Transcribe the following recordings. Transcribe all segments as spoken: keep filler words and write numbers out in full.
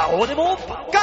バオデモガ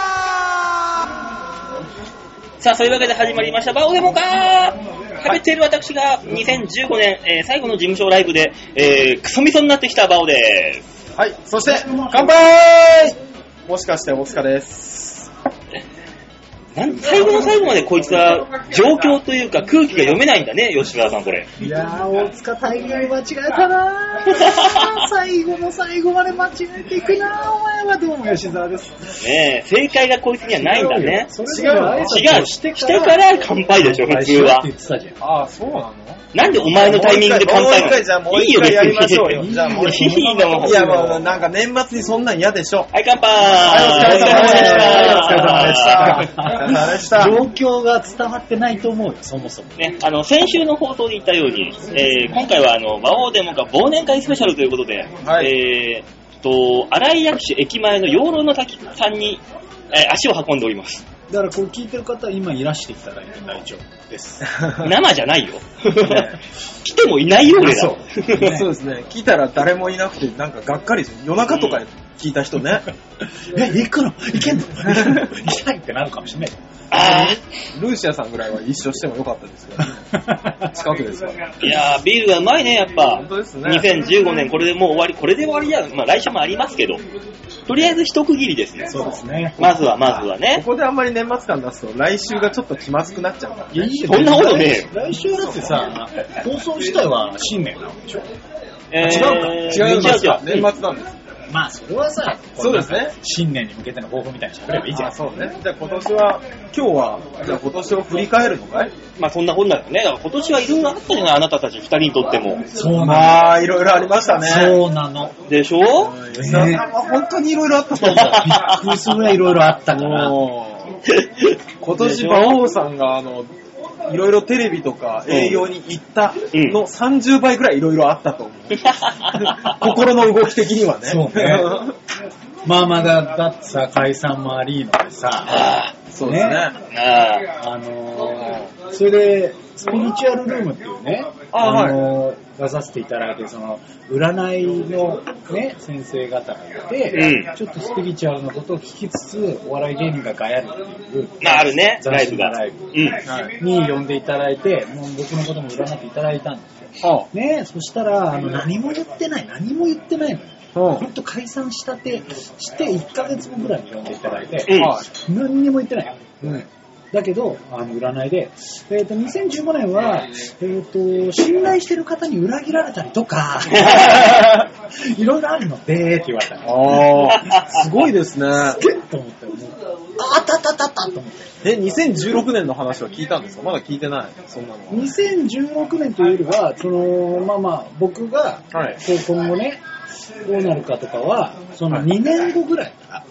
ー。さあ、そういうわけで始まりましたバオデモガー。喋っている私がにせんじゅうごねん、えー、最後の事務所ライブで、えー、クソみそになってきたバオです。 はい、そして乾杯。もしかして大塚です。 なん最後の最後までこいつは状況というか空気が読めないんだね、吉川さんこれ。 いやー、大塚タイミング間違えたなー最後の最後まで間違えていくなー。お前はどうも吉沢です。 ねえ、正解がこいつにはないんだね。 違うよ。違う。 してから乾杯でしょ、普通は。 ああ、そうなの？ なんでお前のタイミングで乾杯なの？ もう一回、じゃあもう一回やりましょうよ。じゃあもういいの。 いやもうなんか年末にそんなん嫌でしょ。 はい、乾杯。 はい、お疲れ様でした。お疲れ様でした。お疲れ様でした。 状況が伝わってないと思うよ、そもそも。 ね、あの、先週の放送で言ったように、えー、今回はあの、魔王デモが忘年会スペシャルということで、はい、えーと、新井薬師駅前の養老の滝さんに、えー、足を運んでおります。 だからこう聞いてる方は今いらしてきたら大丈夫です。 生じゃないよ。来てもいないよ、俺ら。 そう。ね、そうですね。来たら誰もいなくて、なんかがっかりする。夜中とか聞いた人ね。 え、行くの行けんの行きたいってなるかもしれない。 あルーシアさんぐらいは一緒してもよかったですけど、ね、近くですから。 いやー、ビールがうまいね、やっぱ。 本当ですね。 にせんじゅうごねんこれでもう終わり、これで終わりじゃ、まあ来週もありますけど、とりあえず一区切りですね。 そうですね。 まずは、まずはね。 ここであんまり年末感出すと、来週がちょっと気まずくなっちゃうから、ね。 いや、 そんなことねえよ。 来週だってさ、放送自体は新年なわけでしょ。 えー、 違うか。 違う違う。年末なんです。 まあそれはさ、 そうですね。 新年に向けての抱負みたいに喋ればいいじゃん。 あ、そうね。じゃあ今年は、今日は、じゃあ今年を振り返るのかい？ まあそんなこんなだよね。だから今年はいろいろあったじゃない、あなたたち二人にとっても。 そうなの。 まあいろいろありましたね。 そうなの。 でしょ？ 吉田さんは本当にいろいろあったと思う。びっくりするぐらいいろいろあったから。 今年馬王さんがあの、いろいろテレビとか営業に行ったのさんじゅうばいぐらいいろいろあったと思う。心の動き的にはね。 そうね。まあまあだ、だってさ、解散もありのでさ、 そうですね。 あのー、それで、スピリチュアルルームっていうね、あのー、出させていただいて、その、占いのね、先生方がいて、うん、ちょっとスピリチュアルのことを聞きつつ、お笑い芸人がガヤるっていう、 まああるね、 斬新なライブ、うん、に呼んでいただいて、もう僕のことも占っていただいたんですよ。ね、そしたら、あの、何も言ってない、何も言ってないのよ。ほんと解散したてしていっかげつごぐらいに呼んでいただいて、うん、何にも言ってない、うん、だけどあの占いで、えー、とにせんじゅうごねんは、えー、と信頼してる方に裏切られたりとかいろいろあるのでって言われたあすごいですねすげえと思ってもうあったあったあったあったと思ってえにせんじゅうろくねんの話は聞いたんですか？まだ聞いてないそんなのにせんじゅうろくねんというよりはそのまあまあ僕が、はい、今後ねどうなるかとかはそのにねんごぐらいから、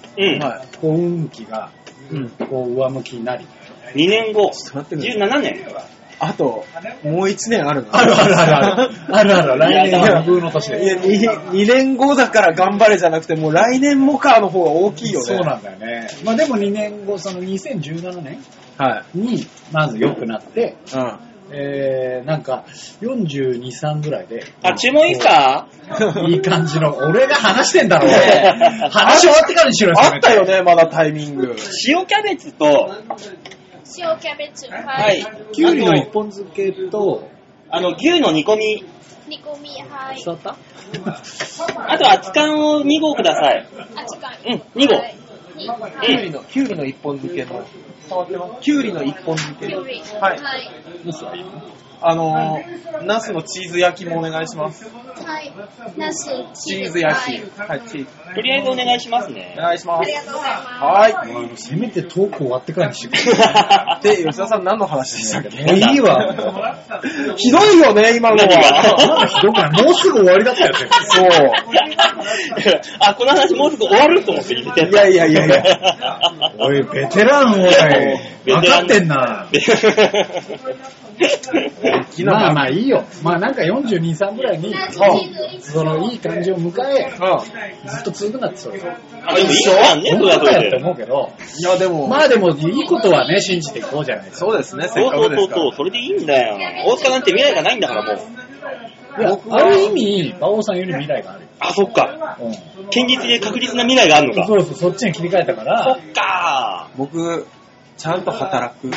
はい、こう運気が、うん、こう上向きになりにねんごじゅうななねんあともういちねんあるのあるあるあるあるあるある来年は風の年でいや 2, にねんごだから頑張れじゃなくてもう来年もかの方が大きいよね。 そうなんだよね。まあでもにねんごそのにせんじゅうななねんにまず良くなって、うんえー、なんかよんじゅうに、さんぐらいであ、注文いいっすか？ いい感じの俺が話してんだろうね話終わってからにしろよ。 あったよねまだタイミング。 塩キャベツと塩キャベツははいいきゅうりの一本漬けとあの牛の煮込み煮込みはい伝わったあと熱燗をにごうください。 熱燗うんにごう、 はいきゅうりのきゅうりの一本漬けのきゅうりの一本漬けきゅうりはい、 はい、 あのー、ナスのチーズ焼きもお願いします。 はいナスチーズ焼きはい、チーズとりあえずお願いしますね。 お願いします。 ありがとうございます。 はい。 せめてトーク終わってからにしてくれで、吉田さん何の話でしたっけ？ もういいわ。 ひどいよね、今のは。 ひどくない？もうすぐ終わりだったよね。 そう。 あ、この話もうすぐ終わると思って聞いてた。 いやいやいやいや。 おい、ベテラン、おい。分かってんな。まあまあいいよ。まあなんかよんじゅうに、さんぐらいに、そのいい感じを迎え、ずっと続くなってそれ。 あ、でもいいじゃんね、 それはそれで。って思うけど。 いやでも。 まあでもいいことはね、信じていこうじゃないですか。 そうですね、 そうそうそうそう、それでいいんだよ。大塚なんて未来がないんだからもう。 いや、ある意味、馬王さんより未来がある。 あ、そっか。 うん。 堅実で確実な未来があるのか。 そうそう、そっちに切り替えたから。 そっか僕、ちゃんと働く。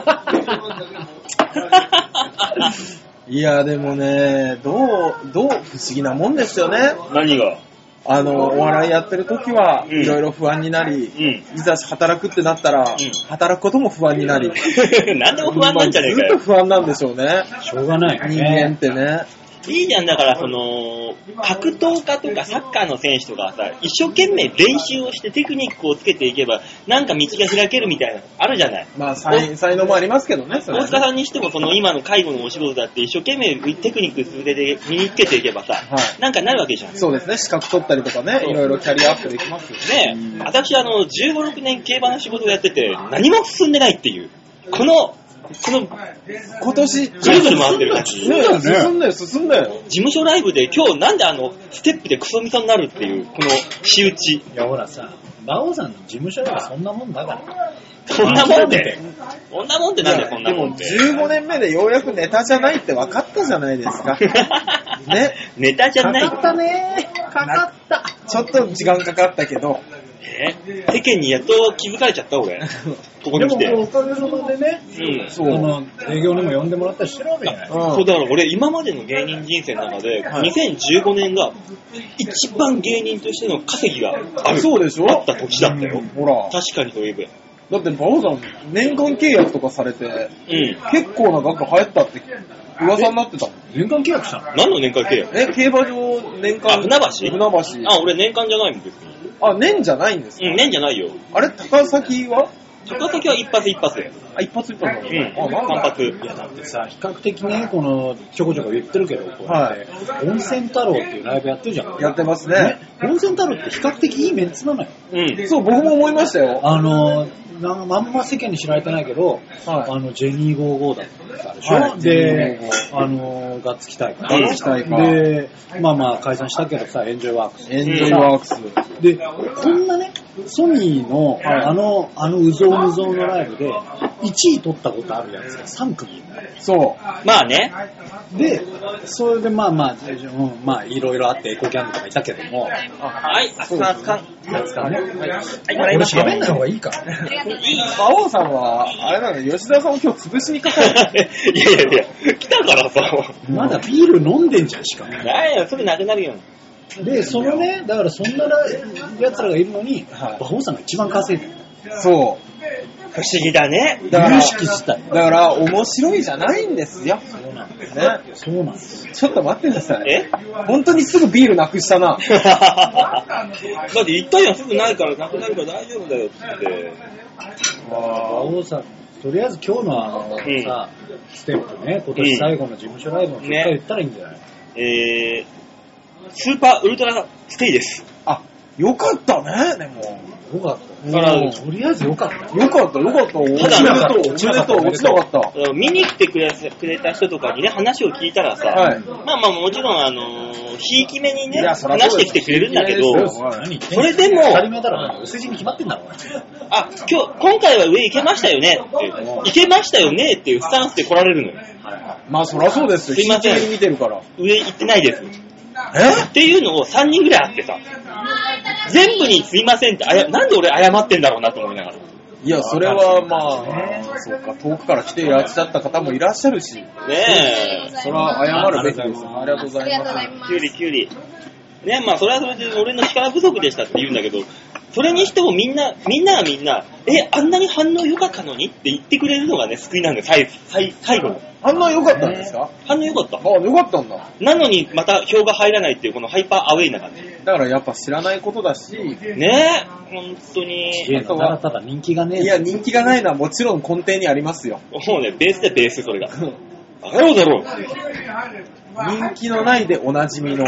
いや、でもね、どう、どう、不思議なもんですよね。 何があの、お笑いやってる時は、 うんいろいろ不安になり、 うん。 いざ働くってなったら、 ん働くことも不安になり。 何でも不安なんじゃねえかよずっと。不安なんでしょうね。 しょうがないよ人間っね。 てね。 いいじゃん、だからその、格闘家とかサッカーの選手とかさ、一生懸命練習をしてテクニックをつけていけば、なんか道が開けるみたいな、あるじゃない。 まあ、才才能もありますけどね、それ大はね塚さんにしてもその今の介護のお仕事だって一生懸命テクニック素手で身につけていけばさ、 はいなんかなるわけじゃん。 そうですね、資格取ったりとかね、 そういろいろキャリアアップできますよね。 ねえ、私あの、じゅうご、ろくねん競馬の仕事をやってて、何も進んでないっていう。この、この、 今年、 ぐるぐる回ってる感じ。 ね進んだよ、進んだよ。 事務所ライブで今日なんであの、ステップでクソみそになるっていう、この仕打ち。 いや、ほらさ、馬王さんの事務所ではそんなもんだから。 そんなもんで。そんなもんってなんだよ、そんなでももんって。 じゅうごねんめでようやくネタじゃないって分かったじゃないですか。ね。 ネタじゃない。 かかったねー。かかった。 ちょっと時間かかったけど、 え世間にやっと気づかれちゃった俺。ここでもに来て。 おかげさまでね、 うん。 そ。 そうの営業にも呼んでもらったりしてるわけじゃない。 うんそうだから俺今までの芸人人生の中で、 はいにせんじゅうごねんが一番芸人としての稼ぎがある。 そうでしょあった時だったよ。 ほら。 確かにといえば。 だって、馬王さん、年間契約とかされて、 うん。 結構な額入ったって噂になってたもん。 年間契約したの何の年間契約？ え、競馬場年間。 あ船橋船橋。 あ、俺年間じゃないもん別に。 あ、年じゃないんですか、 うん、年じゃないよ。 あれ、高崎は高崎は一発一発で。 あ、一発一発なの、 うん。 あ、なんだ。 単発。 いやだってさ、比較的ね、この、ちょこちょこ言ってるけど、こうやって、温泉太郎っていうライブやってるじゃん。 やってますね。 温泉太郎って比較的いいメンツなのよ。 うん。 そう、僕も思いましたよ。 あの、なんまんま世間に知られてないけど、 はいあの、ジェニーゴーゴーだったでしょ、 はいジェニでーゴーゴー、 あの、ガッツキ大会。 ガッツキ大会で、まあまあ解散したけどさ、エンジョイワークス。 エンジョイワークス。 で、こんなね、ソニーの、あの、あの、うぞうむぞうのライブで、いちい取ったことあるやつがさん組いるのよ。 そまあね。 で、それでまあまあ、うん、まあいろいろあってエコキャンドとかいたけども、 はい、あすかあすか。 やつかね。 はい、もら俺いましたよ。 喋んない方がいいか。 いい。 う。馬王さんは、あれなの、吉田さんを今日潰しにかかる。 いやいやいや、来たからさ。 まだビール飲んでんじゃん、しかも。 なんや、すぐなくなるよ。 で、そのね、だからそんなやつらがいるのに、 はい馬王さんが一番稼いでる。 そ不思議だね。 う。だから、 有識自体。 だから、面白いじゃないんですよ。 そうなんです。 ね。 そうなんです。 ちょっと待ってください。 え本当にすぐビールなくしたな。 だって言ったやん、すぐないからなくなるから大丈夫だよって。 馬王さん、とりあえず今日のあのうんさ、ステップね、今年最後の事務所ライブの結果言ったらいいんじゃない、 えー、スーパーウルトラステイです。 あ、よかったね、でも。 よかった。 だからとりあえずよかった。 よかった、よかった。おめでとう、 ただおめでとう、落ちなかった。 見に来てくれくれた人とかにね、話を聞いたらさ、 はいまあまあもちろん、あのー、ひいき目にね、 いやそりゃ話そうですしてきてくれるんだけど、 ひいき目ですよ何言ってんそれでも当たり前だろ、お世辞に決まってんだろ、お前あ、今日、今回は上行けましたよねって、行けましたよねっていうスタンスで来られるのよ。 まあ、そりゃそうですよ。 すいませんひいき目に見てるから。 上行ってないです。 えっていうのをさんにんぐらいあってさ、全部にすいませんってあや、なんで俺謝ってんだろうなと思いながら。 いや、それはまあ、そうか、遠くから来ていらっしゃった方もいらっしゃるし、 ねえ。 それは謝るべきです。ありがとうございます。 キュウリキュウリ。ね、まあそれはそれで俺の力不足でしたって言うんだけど、それにしてもみんな、みんながみんな、え、あんなに反応良かったのにって言ってくれるのがね、救いなんだよ、最最最後の。 あんな良かったんですか？ 反応良かった。 あ、良かったんだ。 なのにまた票が入らないっていうこのハイパーアウェイな感じ。 だからやっぱ知らないことだし、 ねえ、本当に。 いや、ただただ人気がねえ。 いや、人気がないのはもちろん根底にありますよ。 もうね、ベースでベース、それが。バカ野郎だろう。 人気のないでおなじみの。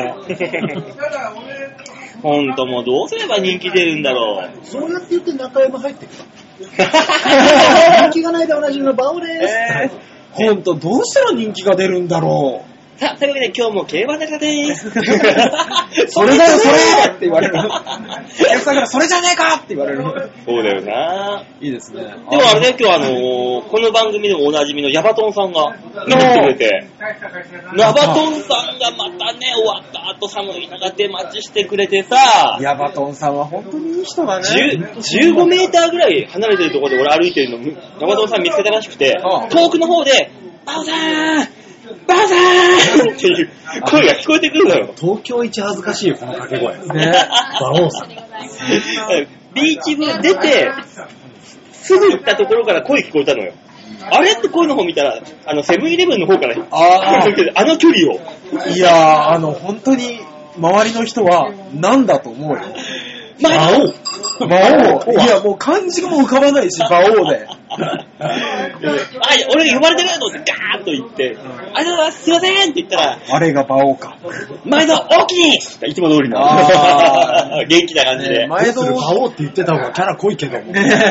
ほんともうどうすれば人気出るんだろう。 そうやって言って中山入ってきた。人気がないでおなじみのバオです。 えー、ほんと、どうしたら人気が出るんだろう。 さあ、というわけで今日も競馬坂でーす。 それだよ、それって言われる。お客さんからそれじゃねえかって言われる。 そうだよな。 いいですね。 でもあれね、今日あのー、この番組でもおなじみのヤバトンさんが見てきてくれて、ヤバトンさんがまたね、終わった後寒い中で待ちしてくれてさ、 ヤバトンさんは本当にいい人だね。 じゅうごメーターぐらい離れてるところで俺歩いてるの、ヤバトンさん見つけたらしくて、遠くの方で、バオさーんバオさーんっていう声が聞こえてくるのよ。 東京一恥ずかしいよ、この掛け声。 ね。 バオさん。 ビーチ部出て、すぐ行ったところから声聞こえたのよ。あれって声の方見たら、あの、セブンイレブンの方から、 ああの距離を。 いやー、あの、本当に、周りの人は、なんだと思うよ。 馬王馬王いや、もう漢字も浮かばないし、馬王で。 あ、俺が呼ばれてると思ってガーッと言って、あれはすいませんって言ったら、 あれが馬王か。 毎度大きにいつも通りの元気な感じで、 ね、毎度馬王って言ってた方がキャラ濃いけども。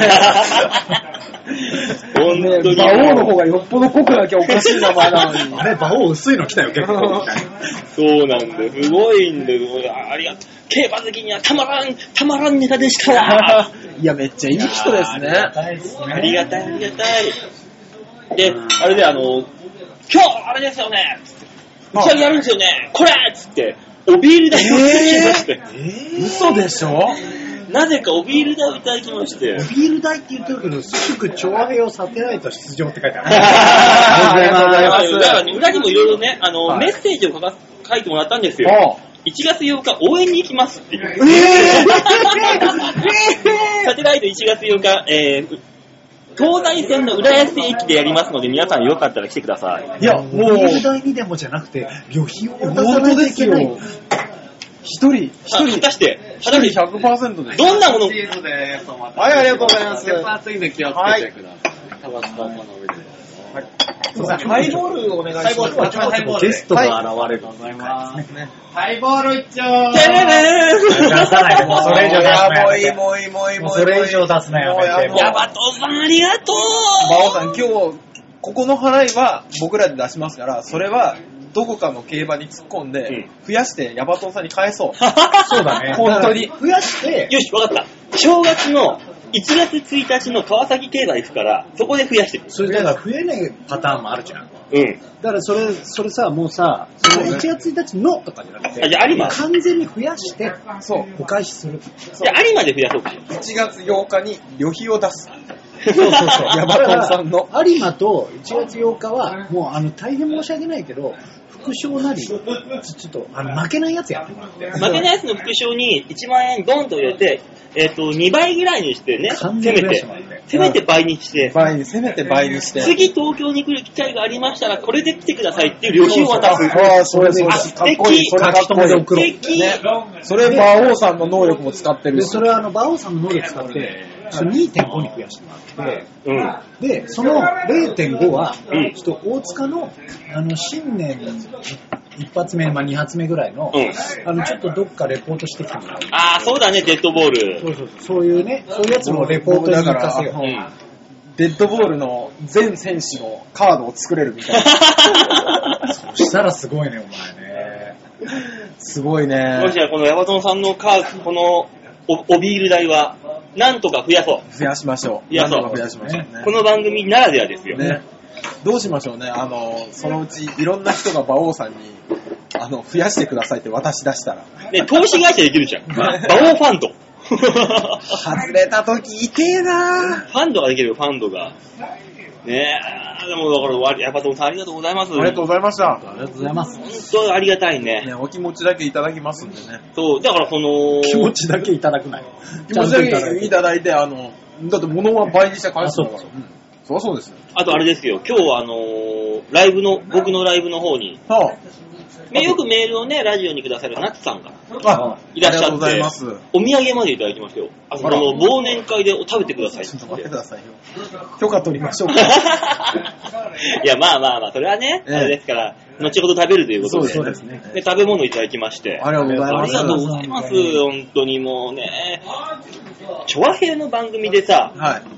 本当に馬王の方がよっぽど濃くなきゃおかしい名前なのに。 あれ、馬王薄いの来たよ、結構。 そうなんだよ。すごいんだよ。ありがとう。競馬好きにはたまらん、たまらんネタでしたわ。 いや、めっちゃいい人ですね。 ありがたい、ありがたい。で、あれであの、今日、あれですよね。打ち上げやるんですよね。これっつって、おビール代をいただきまして。 えー、嘘でしょ？ なぜかおビール代をいただきまして。 おビール代って言ってるけど、祝調和平をサテライト出場って書いてある。 ありがとうございます。 だからね、裏にもいろいろね、あの、はい、メッセージを書か書いてもらったんですよ。いちがつようか応援に行きますっていう。えー、サテライトいちがつようか、えー、東西線の浦安駅でやりますので、皆さんよかったら来てください。 いや、もう。ビール代にでもじゃなくて、旅費を渡さないといけない。 一人、一人、 果たして、 一人 ひゃくパーセント です。 どんなもの？はい、 ありがとうございます。 熱いの気をつけてください。タバスコの上で。 はい。ハイボールお願いします。 ハイボール。ゲストが現れる。 ございます。ハイボール一丁。 てれれー。 出さないで、もうそれ以上出すなよ。 もういい、もういい、もういい、もういい。 それ以上出すなよ、やめて。 ヤバトさんありがとう。 馬王さん、今日、ここの払いは僕らで出しますから、それは、どこかの競馬に突っ込んで、増やしてヤバトンさんに返そう。 そうだね。 本当に。 増やして。 よし、わかった。正月のいちがつついたちの川崎競馬行くから、そこで増やしてくる。 それだから増えないパターンもあるじゃん。 うん。 だからそれ、それさ、もうさ、そのいちがつついたちのとかじゃなくて、 あ、じゃあ有馬完全に増やして、 そう。 お返しする。 じゃあ有馬で増やそうか。 いちがつようかに旅費を出す。 そうそうそう。 ヤバトンさんの。 有馬といちがつようかは、もうあの、大変申し訳ないけど、副賞なり、ちょっと、あの、負けないやつやってもらって。 負けないやつの副賞にいちまんえんドンと入れて、えっ、ー、と、にばいぐらいにしてね、せめて、せめて倍にして、 倍に、せめて倍にして。 次東京に来る機会がありましたら、これで来てくださいっていう旅費を渡す。 ああ、それそうです。かっこいい。それかっこいい。 素敵。 ね。それ、馬王さんの能力も使ってるし。 で、それはあの、馬王さんの能力使って、にてんご に増やしてもらって、 うん、 で、その れいてんご は、 うん、 ちょっと大塚の、あの、新年一発目、まあ二発目ぐらいの、うん、あの、ちょっとどっかレポートしてきてもらう。 ああ、そうだね、デッドボール。 そうそうそう、そういうね、そういうやつのレポートに行かせよう。うん、 デッドボールの全選手のカードを作れるみたいな。 そしたらすごいね、お前ね。 すごいね。 もしやこのヤバトンさんのカード、このお、おビール代は、なんとか増やそう。 増やしましょう。 増やそう。 なんとか増やしましょうね。 この番組ならではですよ。 ね。どうしましょうね。あの、そのうちいろんな人が馬王さんに、あの、増やしてくださいって渡し出したら。 ね、投資会社できるじゃん。馬王ファンド。 外れた時痛えなファンドができるよ、ファンドが。ねえ、でもだから、ヤバトンさんありがとうございます。 ありがとうございました。 ありがとうございます。 本当にありがたいね。 ね、お気持ちだけいただきますんでね。 そう、だからその、 気持ちだけいただくなよ。 気持ちだけいただいて、あの、だって物は倍にして返すのから。そうそう、そうですよ。 あとあれですよ、今日はあのー、ライブの、僕のライブの方に、はあ、よくメールをね、ラジオにくださるナツさんがいらっしゃって、ありがとうございます。お土産までいただきましたよ。あその忘年会で食べてくださいって。 ちょっと待ってくださいよ。許可取りましょうか。 いや、まあまあまあ、それはね、ええ、あれですから、後ほど食べるということで、 そうですね。 で、食べ物いただきまして、 ありがとうございます。 ありがとうございます。本当にもうね、チョアヘイの番組でさ、はい、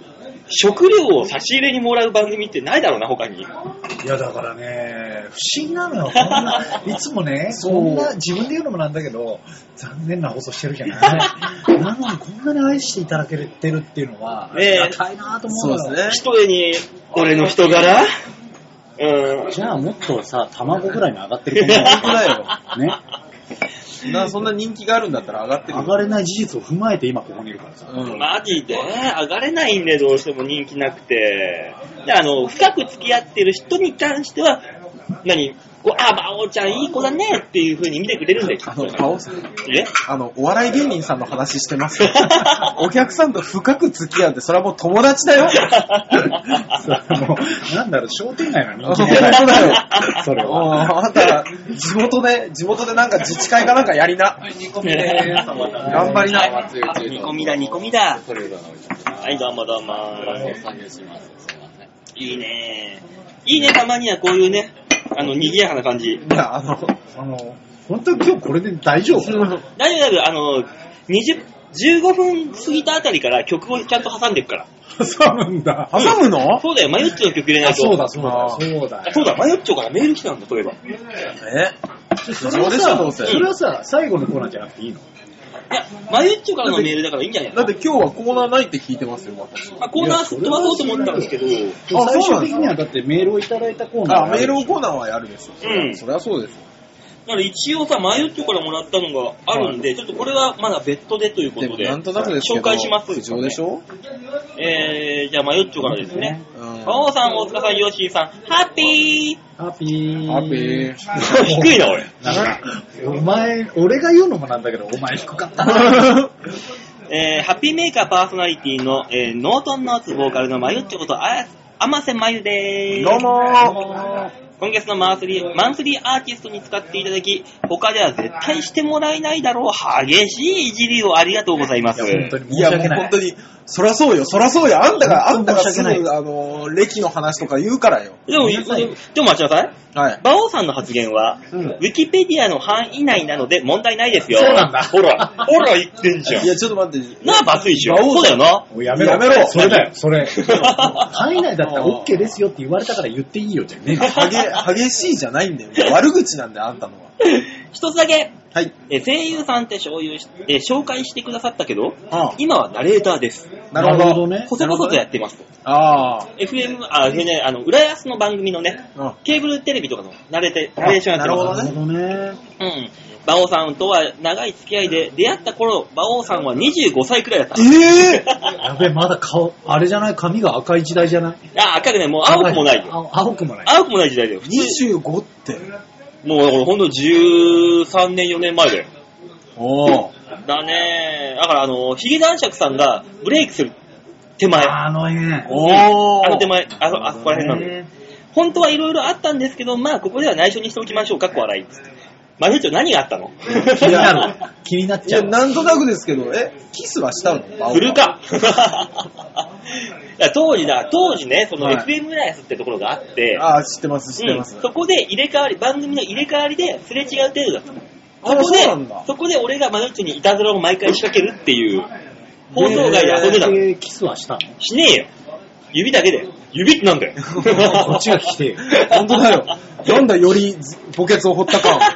食料を差し入れにもらう番組ってないだろうな、他に。 いや、だからね、不思議なのよ。こんないつもね、こんな、自分で言うのもなんだけど、残念な放送してるじゃない。なのにこんなに愛していただけてるっていうのは、ありがたいなと思うのよ。 そうですね。 一重に、俺の人柄うん。 じゃあもっとさ、卵ぐらいに上がってると思う。 本当だよ。 ね。 なそんな人気があるんだったら上がってるよ。 上がれない事実を踏まえて今ここにいるからさ。 うん。 マジで上がれないんで、どうしても人気なくて。で、あの、深く付き合ってる人に関しては、何こう、あ、馬王ちゃんいい子だねっていう風に見てくれるんだよ。 あの、馬王さん。 えあの、お笑い芸人さんの話してますよ。お客さんと深く付き合うって、それはもう友達だよ。 それもう、なんだろう、商店街の人本気当だよ。 それは。 あんた、地元で、地元でなんか自治会かなんかやりな。 煮込みでーす。 頑張りな。 煮込みだ、煮込みだ。 それうどんのはい、どうもどうも。 作業します。すいません。 いいねいいね、たまにはこういうね、あの、賑やかな感じ。 いや、あの、 あの、本当に今日これで大丈夫？ 大丈夫、大丈夫。あの、にじゅう、じゅうごふん過ぎたあたりから曲をちゃんと挟んでいくから。 挟むんだ。 挟むの？ そうだよ、マヨッチョの曲入れないあ、 と。 そうだ、そうだ、 あそうだ。 あそうだ、マヨッチョからメール来たんだ、そういえば。 えそそうでしょ、どうせ。 それはさ、最後のコーナーじゃなくていいの？ いや、マヨッチョからのメールだからいいんじゃないのだって今日はコーナーないって聞いてますよ、私。 まあ、コーナーすっ飛ばそうと思ったんですけど、 あ最終的にはだってメールをいただいたコーナーあ、メールコーナーはやるでしょ。 うんそりゃそうですよ。 だから一応さ、マヨッチョからもらったのがあるんで、ちょっとこれはまだ別途でということで、 でもなんとなくですけど、 紹介します。 苦情でしょ？ えー、じゃあマヨッチョからですね。 うん。 馬王さん、大塚さん、ヨッシーさん、ハッピーハッピー。 ハッピー。 低いな、俺。 なんか、お前、俺が言うのもなんだけど、お前低かったな。 えー、ハッピーメーカーパーソナリティの、えー、ノートンノーツボーカルのマヨッチョことあや、甘瀬まゆでーす。 どうも今月のマンスリー、マンスリーアーティストに使っていただき、他では絶対してもらえないだろう、激しいいじりをありがとうございます。 いや、本当にいや、もう申し訳ない。 本当に、そらそうよ、そらそうよ。あんたが、あんたがすぐ、 申し訳あの、歴の話とか言うからよ。 でも、でも待ちなさい。 はい。 馬王さんの発言は、 うんウィキペディアの範囲内なので問題ないですよ。 そうなんだほら、ほら言ってんじゃん。 いや、ちょっと待って。 なあ、バツイチよ。 馬王そうだよな。 もうやめろ。 やめろそれだよ、それ。範囲内だったら OK ですよって言われたから言っていいよじゃねえか。 はげ、激しいじゃないんだよ。悪口なんだよ、あんたのは。 一つだけ、 はい。 え声優さんって紹介しえ紹介してくださったけど、 あ今はナレーターです。 なるほど。 ね。 細々とやってますと。 ああ。 エフエム、あ、ね、あの、浦安の番組のね、 うんケーブルテレビとかのナレてナレーションやってます。 なるほどねなるほどね。 うん。馬王さんとは長い付き合いで、出会った頃、馬王さんはにじゅうごさいくらいだった。 ええやべえ、まだ顔、あれじゃない髪が赤い時代じゃないあ、赤くね、もう青くもないよ。 青青くもない。 青くもない時代だよ。普通にじゅうごって。 もうだからほんとじゅうさんねん、よねんまえだよ。 おー。 だねだからあの、ヒゲ男爵さんがブレイクする手前。ああのね。 おー。 の手前、あそ、あそこら辺なんで。本当はいろいろあったんですけど、まあここでは内緒にしておきましょうか、こ笑い。マネチョ何があったの気になる。気になっいや、 ちゃう。 なんとなくですけど、え、キスはしたの？ するかいや当時だ、当時ね、そのはいエフエム 浦安ってところがあって、 ああ、知ってます、知ってます。 うん、そこで入れ替わり、番組の入れ替わりですれ違う程度だったの。 あそこでそうなんだ、 そこで俺がマネチョにいたずらを毎回仕掛けるっていう、放送外で遊んでたの。 えーキスはしたのしねえよ。指だけで。指ってなんだよ。 こっちが聞きてえよ。 本当だよ。なんだより墓穴を掘ったか。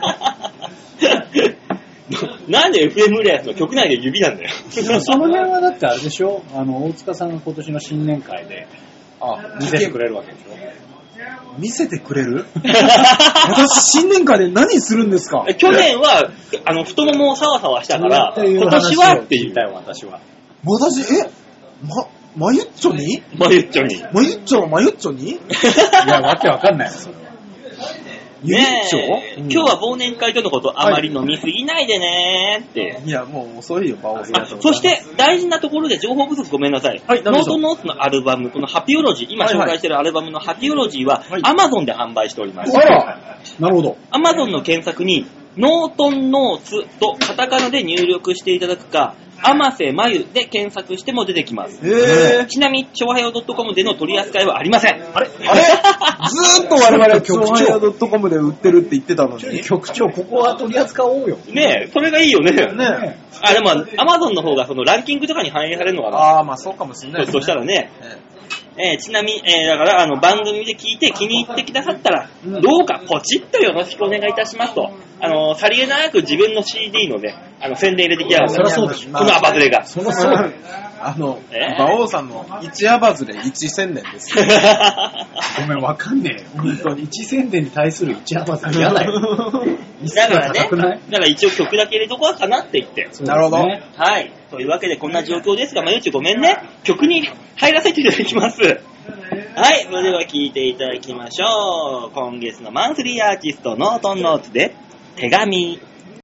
なんで エフエム 浦安の局内で指なんだよ。 でもその辺はだってあれでしょあの、大塚さんが今年の新年会であ、 見せてくれるわけでしょ見せてくれる私、新年会で何するんですか？ 去年は、あの、太ももをサワサワしたから、 っていう今年はっていう話を聞いた。よ、私は。 私、えま、マユッチョにマユッチョに。 マユッチョのマユッチョにいや、わけわかんないよ、それは。 ユニッチョ、 ねえうん今日は忘年会とのことあまり飲みすぎないでねーって。 いや、もう遅いよ、バオさん。 あ、そして、大事なところで情報不足ごめんなさい。 はい何でしょうノートノーツのアルバム、このハピオロジー、今紹介しているアルバムのハピオロジーは、 はい Amazon で販売しております。 あら、 なるほど。 Amazon の検索に、ノートンノーツとカタカナで入力していただくか、 甘瀬まゆで検索しても出てきます。 へー。 ちなみに、ちょわはよ .com での取り扱いはありません。あれあれずーっと我々、局長 .com で売ってるって言ってたのに。 局長、ここは取り扱おうよ。 ねえ、それがいいよね。 ねあ、でも、アマゾンの方がそのランキングとかに反映されるのかな。 ああ、まあそうかもしれないですね。 そしたらね、えーちなみに、えーだから、あの、番組で聞いて気に入ってくださったら、 うんどうかポチッとよろしくお願いいたしますと、あの、さりげなく自分の シーディー のね、あの、宣伝入れてきやがる。 そりゃそうでしょこのアバズレが。 そのそう。 あの、 え馬王さんの一アバズレ一宣伝ですよ。 ごめん、わかんねえよ。本当に。一宣伝に対する一アバさん嫌だよ。 だからね、 高くないだから一応曲だけ入れとこうかなって言って。 そうなるほどねはい。というわけでこんな状況ですが、まゆうちごめんね。曲に入らせていただきます。はい。それでは聴いていただきましょう。今月のマンスリーアーティスト、ノートンノーツで、手紙。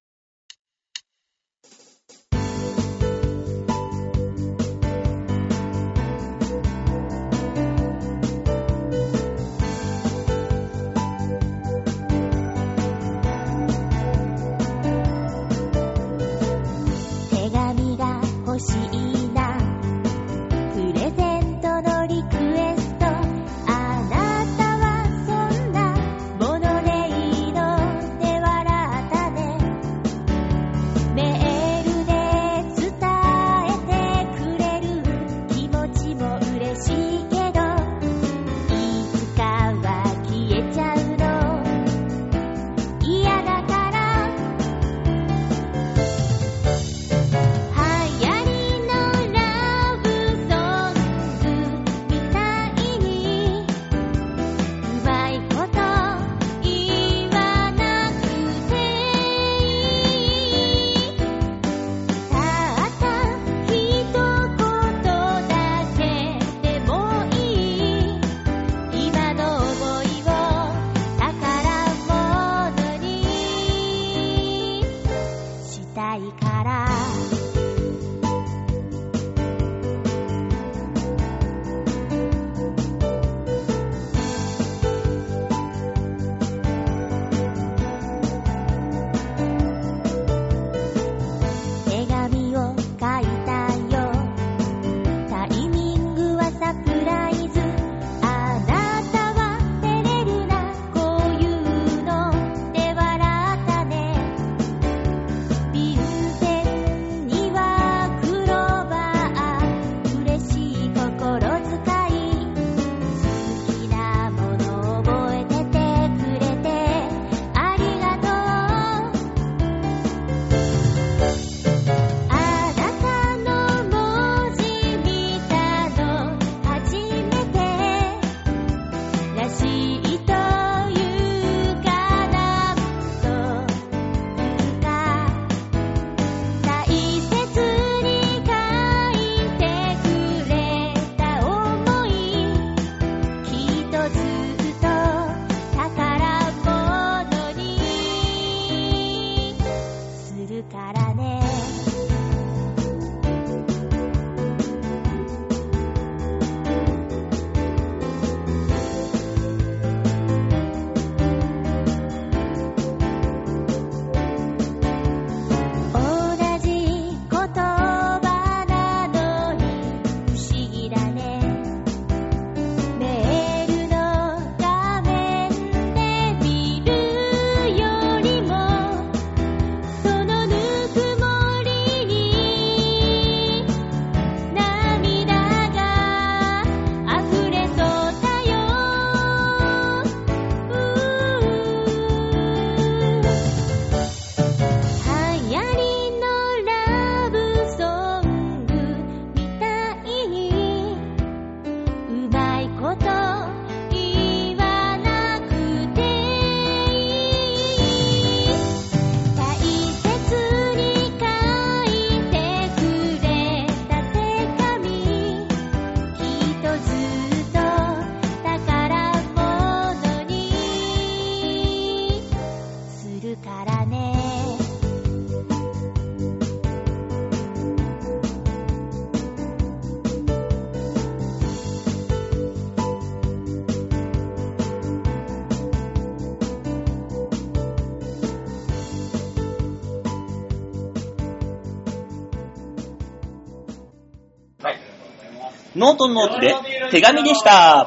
手紙が欲しいなプレゼントのリクエストあなたはそんなものでいいのって笑ったねメールで伝えてくれる気持ちも嬉しいけどいつかは消えちゃうの嫌だから流行りのラブソングみたいにうまいこと言わなくていいたった一言だけでもいい今の想いを宝物にしたいから手紙を書いたよタイミングはサプライズあなたは照れるなこういうのって笑ったねビルペンにはクローバー嬉しい心遣い好きなもの覚えててくれてありがとうあなたの文字見たの初めてらしいというかなんというか大切に書いてくれた想いきっとずっと宝物にするからね同じ言葉なのに不思議だねメールの画面で見るよりもそのぬくもりに涙が溢れそうだよ流行りのラブソングみたいにうまいこと言わなくていい大切に書いてくれた手紙きっとずっと宝物にするからねノートノートで手紙でした。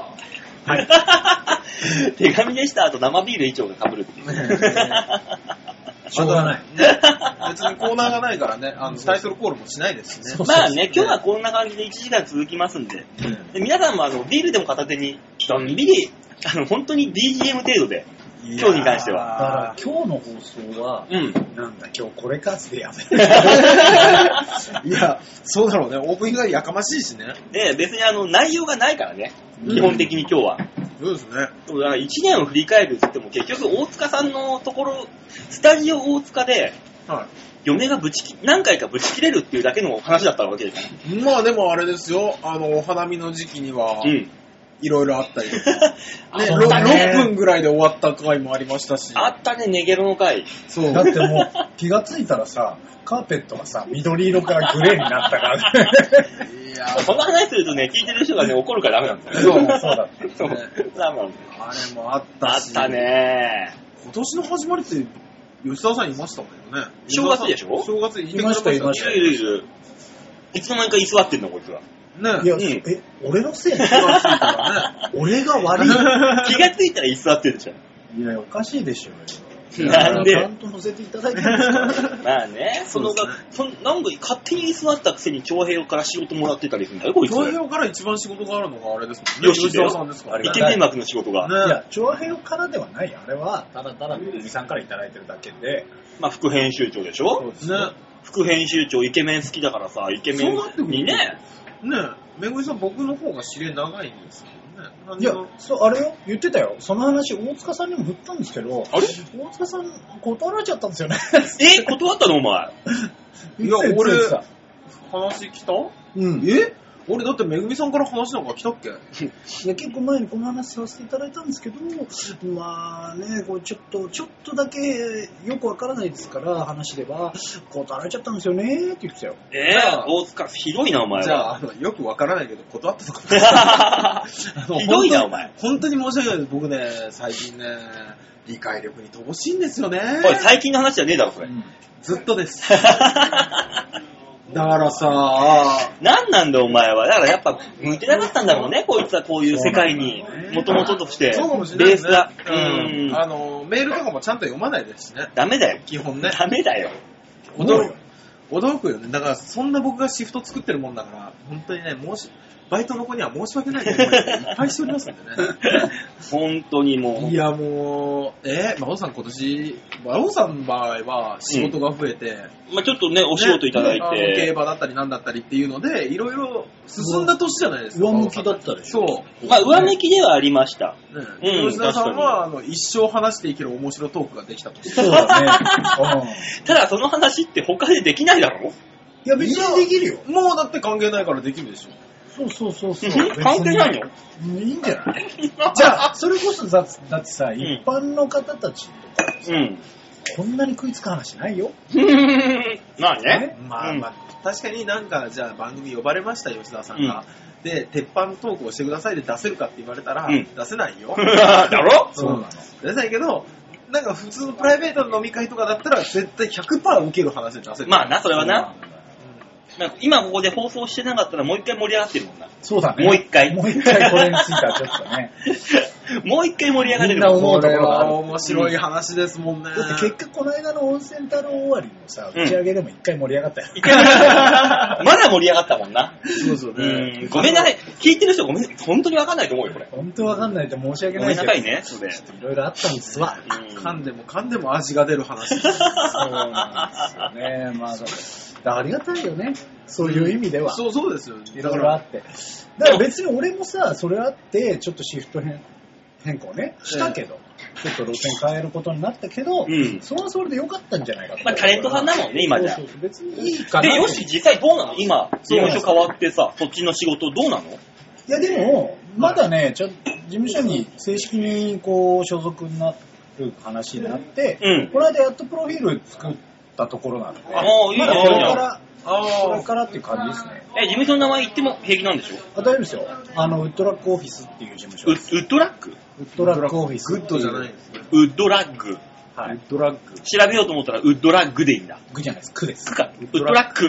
はい、手紙でしたと生ビール以上が被るっていう。 しょうがない。別にコーナーがないからね、あのタイトルコールもしないですしね。 まあね、今日はこんな感じでいちじかん続きますんで、うん、で皆さんもあのビールでも片手に、のんびり、あの本当に ビージーエム 程度で、今日に関しては。 だから今日の放送は、うん、なんだ今日これかつでやめる。 いや、そうだろうね。オープニングがやかましいしね。 ね別にあの内容がないからね、基本的に今日は。 うん、そうですね。 だからいちねんを振り返るって言っても結局大塚さんのところ、スタジオ大塚で、はい、嫁がぶちき、何回かぶち切れるっていうだけの話だったわけです。 まあでもあれですよ、あの、お花見の時期には、うんいろいろあったりとか、ね、ねろっぷんぐらいで終わった回もありましたし。 あったね、ネゲロの回。 そう。だってもう、気がついたらさ、カーペットがさ、緑色からグレーになったからね。 いやそんな話するとね、聞いてる人がね、怒るからダメなんだよね。そう、そうだった。そう。 あれもあったし。 あったね。 今年の始まりって、吉沢さんいましたもんね。 正月でしょ正月いました、いました。 いるいる。いつの間にか居座ってんの、こいつは。 ね、いや、うん、え、俺のせい気がついたらね。俺が悪い。 気がついたら居座ってるじゃん。 いや、おかしいでしょ。 なんでちゃんと乗せていただいてるんですかまあね、そのが、そなんか勝手に居座ったくせに長平から仕事もらってたりするんだよ、こいつ。 長平から一番仕事があるのがあれですもんね。吉沢さんですか。 イケメン枠の仕事が。 ね、いや、長平からではない。あれは、ただただ、みさんからいただいてるだけで。 まあ、副編集長でしょ。そうですね。副編集長、イケメン好きだからさ、イケメンにね。 ねえ、めぐみさん、僕の方が知り合い長いんですよね。 いや、そう、あれよ、言ってたよ。その話、大塚さんにも振ったんですけど、 あれ大塚さん、断られちゃったんですよね。 え、断ったのお前。 いや、俺、話来たうん。 え俺だってめぐみさんから話なんか来たっけ？ いや結構前にこの話させていただいたんですけど、まあね、これちょっと、ちょっとだけよくわからないですから、話では、断られちゃったんですよねって言ってたよ。 えー、大塚、ひどいなお前は。 じゃあ、あのよくわからないけど、断ったとか。 ひどいなお前。 本当に申し訳ないです。僕ね、最近ね、理解力に乏しいんですよね。 おい、最近の話じゃねえだろ、それ。うん、 ずっとです。だからさ何なんだお前は。だからやっぱ向いてなかったんだろうね、こいつはこういう世界にもともととしてそうかもしれないですね。 ベースが、 うん、あのメールとかもちゃんと読まないですしね。 ダメだよ基本ね。 ダメだよ。 驚く驚くよね。だからそんな僕がシフト作ってるもんだから本当にね、申しバイトの子には申し訳ないと思いっぱいしておりますんでね。 本当にもう。 いやもう、えー、馬王さん今年、馬王さんの場合は仕事が増えて、 うん、まあちょっとね、お仕事いただいて。 ね、競馬だったりなんだったりっていうので、いろいろ進んだ年じゃないですか。 上向きだったでしょ。 そう。 まあ上向きではありました。 ねうん、吉田さんはあの一生話していける面白いトークができたと。 そうだね。 ただその話って他でできないだろ？ いや別にできるよ。 もうだって関係ないからできるでしょ。 そうそうそうそう。 関係ないの？ いいんじゃないじゃあ、それこそだだってさ、うん、一般の方たちとかさ、うん、こんなに食いつく話ないよ。 まあね。 まあまあ、確かになんか、じゃあ番組呼ばれました、吉田さんが。うん、で、鉄板トークをしてくださいで出せるかって言われたら、うん、出せないよ。 だろ？ そうなの。出せないけど、なんか普通のプライベートの飲み会とかだったら、絶対 ひゃくパーセント 受ける話で出せる。 まあな、それはな。今ここで放送してなかったらもう一回盛り上がってるもんな。 そうだね。 もう一回。 もう一回これについてはちょっとね。 もう一回盛り上がれるもん。これは面白い話ですもんね。 だって結果この間の温泉太郎終わりのさ、打ち上げでも一回盛り上がったよ。 まだ盛り上がったもんな。 そうそうね。 ごめんなさい。聞いてる人ごめん、本当にわかんないと思うよ、これ。 本当わかんないと申し訳ないけど。 ごめんなさいね、それ。 いろいろあったんですわ。 噛んでも噛んでも味が出る話。 そうなんですよね。まあ、ありがたいよね。そういう意味では。 そうそうですよ。 いろいろあって。だから別に俺もさ、それあって、ちょっとシフト変変更ね、したけど、ちょっと路線変えることになったけど、うん、それはそれで良かったんじゃないかと。 まあタレントさんだもんね、今じゃ。 そうそう別にいいかな。 で、よし、実際どうなの今、事務所変わってさ、そっちの仕事どうなの？ いやでも、まだね、ちょ事務所に正式にこう所属になる話になって、うん、この間やっとプロフィール作ったところなので、 ああ、いいね。 まだこれから、これからっていう感じですね。 え、事務所の名前言っても平気なんでしょ？ あ、大丈夫ですよ。あの、ウッドラックオフィスっていう事務所です。ウッドラック？ ウッドラックオフィス。 グッドじゃないですね。 ウッドラッグ。 はい。ウッドラック。 調べようと思ったらウッドラッグでいいんだ。 グじゃないです。クです。 クか。ウッドラック。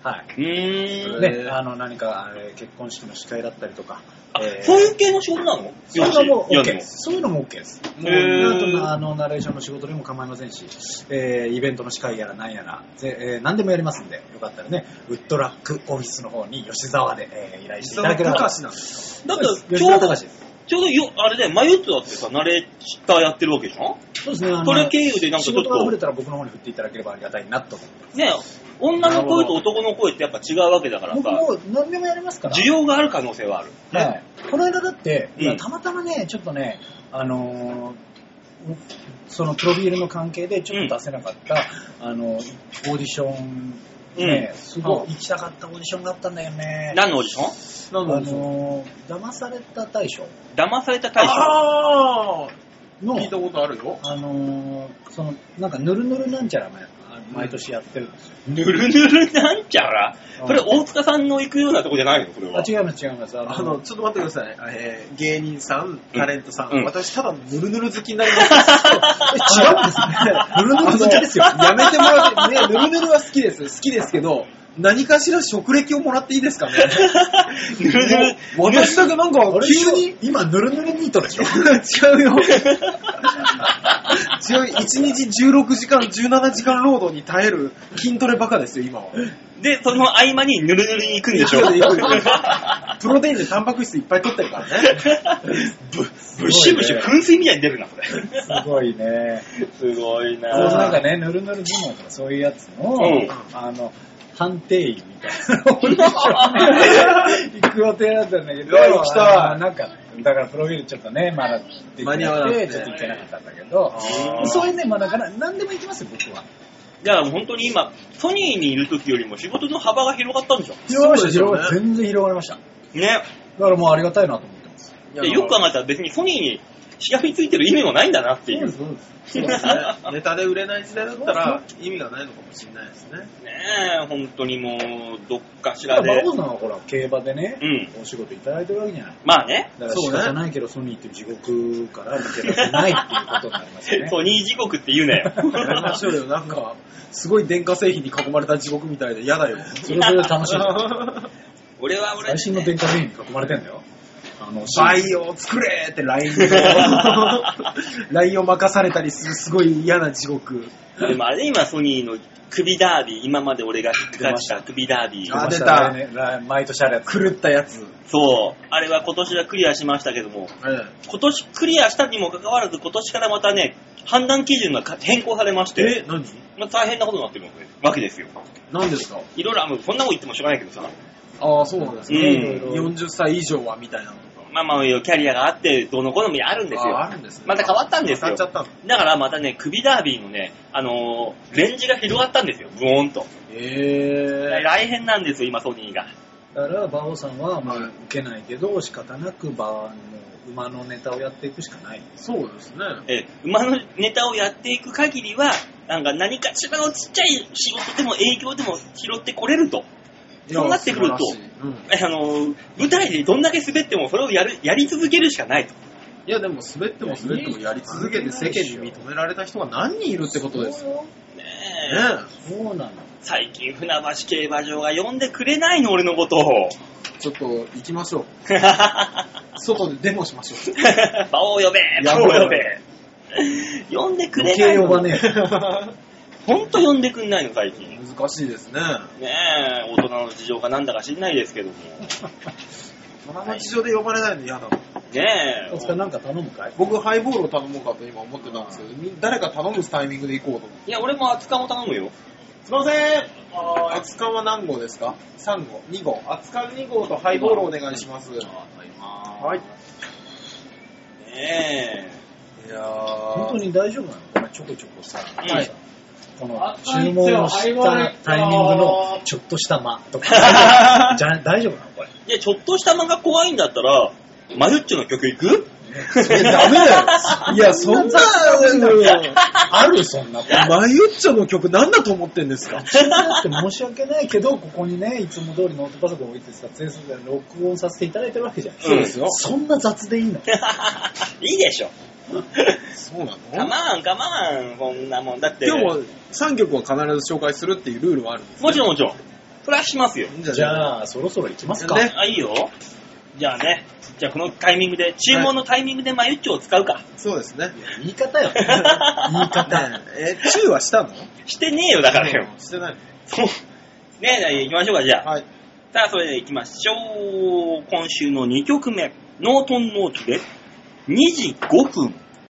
はい。 うーん。 ね、あの、何か、あれ結婚式の司会だったりとか。 えー、そういう系の仕事なの？ そういうのも OK です。そういうのも OK です。 もう、 あの、ナレーションの仕事でも構いませんし、えー、イベントの司会やら何やら、えー、何でもやりますんで、よかったらね、ウッドラックオフィスの方に吉沢で、えー、依頼していただければ。 吉沢隆なんですか？ だって、吉沢隆です。ちょうどよ、あれで、マユットだってさ、ナレーターやってるわけじゃん？ そうですね。あのそれ経由でなんかちょっと。 仕事が溢れたら僕の方に振っていただければありがたいなと思って。 ねえ、女の声と男の声ってやっぱ違うわけだからさ。 僕も何でもやりますから。 需要がある可能性はある。 はい。この間だって、 うん、 たまたまね、ちょっとね、あのー、そのプロフィールの関係でちょっと出せなかった、うん、あの、オーディション、ね、うん、すごい行きたかったオーディションがあったんだよね。 何のオーディション？ あのー、騙された大賞。 騙された大賞？ あーの聞いたことあるよ。 あのー、その、なんか、ぬるぬるなんちゃら毎年やってるんですよ。 ぬるぬるなんちゃら？これ大塚さんの行くようなとこじゃないの？これは。 あ、違います違います。 あの、あのちょっと待ってください。えー、芸人さん、タレントさん、うん、私ただぬるぬる好きになります。 違うんですね。ぬるぬる好きですよ。 やめてもらって、ね、ぬるぬるは好きです。好きですけど、何かしら職歴をもらっていいですかね？ ぬるぬる。 私だけなんか急に今ぬるぬるニートでしょ？ 違うよ。違う。いちにちじゅうろくじかん、じゅうななじかん労働に耐える筋トレバカですよ、今は。 で、その合間にぬるぬるに行くんでしょ？ プロテインでタンパク質いっぱい取ってるからね。 ブッシュブッシュ噴水みたいに出るな、これ。 すごいね。 すごいな。 そうなんかね、ぬるぬる相撲とかそういうやつの、うん、あの、判定員みたいなオーディションに行く予定だったんだけど、 行きたい。 なんか、だからプロフィールちょっとね、まだできなくて、ちょっと行けなかったんだけど、そういうね、まあだから何でも行きますよ、僕は。 だから本当に今、ソニーにいる時よりも仕事の幅が広がったんでしょ？ 広がりました、広がりました。全然広がりました。 ね。 だからもうありがたいなと思ってます。 でよく考えたら別にソニーにしがみついてる意味もないんだなっていう。 そうです、そうですね。ネタで売れない時代だったら意味がないのかもしれないですね。 ねえ、本当にもう、どっかしらで。 馬王さんはほら、競馬でね、うん、お仕事いただいてるわけじゃない。 まあね。 だから仕方ないけど、ソニーっていう地獄から抜け出せないっていうことになりますよね。 ソニー地獄って言うなよ。 やりましょうよ、なんか、すごい電化製品に囲まれた地獄みたいで嫌だよ。 それそれで楽しい。 俺は俺、 最新の電化製品に囲まれてんだよ。 あの、バイオを作れーって ライン を、ライン を任されたりするすごい嫌な地獄。 でもあれ今ソニーの首ダービー、今まで俺が引っかかった首ダービー。 あ、出た。 ね、毎年あるやつ。 狂ったやつ。 そう。あれは今年はクリアしましたけども、ええ、今年クリアしたにもかかわらず今年からまたね、判断基準が変更されまして、 え、何？ まあ、大変なことになってるわけですよ。 何ですか？ いろいろ、そんなこと言ってもしょうがないけどさ。 ああ、そうなんですね。うん、よんじゅっさい以上はみたいなのとか。 まあまあ、キャリアがあって、どの好みあるんですよ。 あ、あるんですね。 また変わったんですよ。 変わっちゃったの。 だからまたね、首ダービーのね、あのー、レンジが広がったんですよ。ブーンと。 へえ。 大変なんですよ、今ソニーが。 だから、馬王さんは、まあ、受けないけど、仕方なく、馬の、馬のネタをやっていくしかない。 そうですね。 え、馬のネタをやっていく限りは、なんか何かしらのちっちゃい仕事でも営業でも拾ってこれると。そうなってくると、うん、あの、舞台でどんだけ滑ってもそれをやる、やり続けるしかないと。 いやでも滑っても滑ってもやり続けて世間に認められた人が何人いるってことですよ。 ねえ。ねえ。そうなの。 最近船橋競馬場が呼んでくれないの、俺のことを。 ちょっと行きましょう。外でデモしましょう。 馬王呼べ馬王呼べ呼んでくれないの。 呼ばねえ。 ほんと呼んでくんないの、最近。 難しいですね。 ねえ、大人の事情かなんだか知んないですけども。 大人の事情で呼ばれないの嫌だな。 ねえ。 お疲れなんか頼むかい？ 僕、ハイボールを頼もうかと今思ってたんですけど、誰か頼むタイミングで行こうと思って。 いや、俺も熱燗も頼むよ。 すいません。熱燗は何号ですか？さん号、に号。熱燗に号とハイボールお願いします。はい。 ねえ。いやー。 本当に大丈夫なの？これちょこちょこさ。はい。この注文をしたタイミングのちょっとした間とか。じゃ大丈夫なのこれ？ いや、ちょっとした間が怖いんだったら、マユッチョの曲行く？ それダメだよ。いや、そんな、 あるそんな。 マユッチョの曲なんだと思ってんですか？ だって申し訳ないけど、ここにね、いつも通りノートパソコン置いて撮影する録音させていただいてるわけじゃん。 そうですよ。 そんな雑でいいの？ いいでしょ。 そうなの？ カマン、カマン、こんなもん。だって。 今日もさんきょくは必ず紹介するっていうルールはあるんです、ね、 もちろんもちろん。 それはしますよ。 じゃあ、そろそろ行きますか。 ね、あ、いいよ。じゃあね、じゃあこのタイミングで、注文のタイミングでマユッチョを使うか。 そうですね。 言い方よ。言い方。 ねえ、チューはしたの？ してねえよ、だからよ。 してない。 そう。ねえ、じゃあ行きましょうか、じゃあ。 はい。 さあ、それで行きましょう。今週のにきょくめ、ノートンノーツで、にじごふん。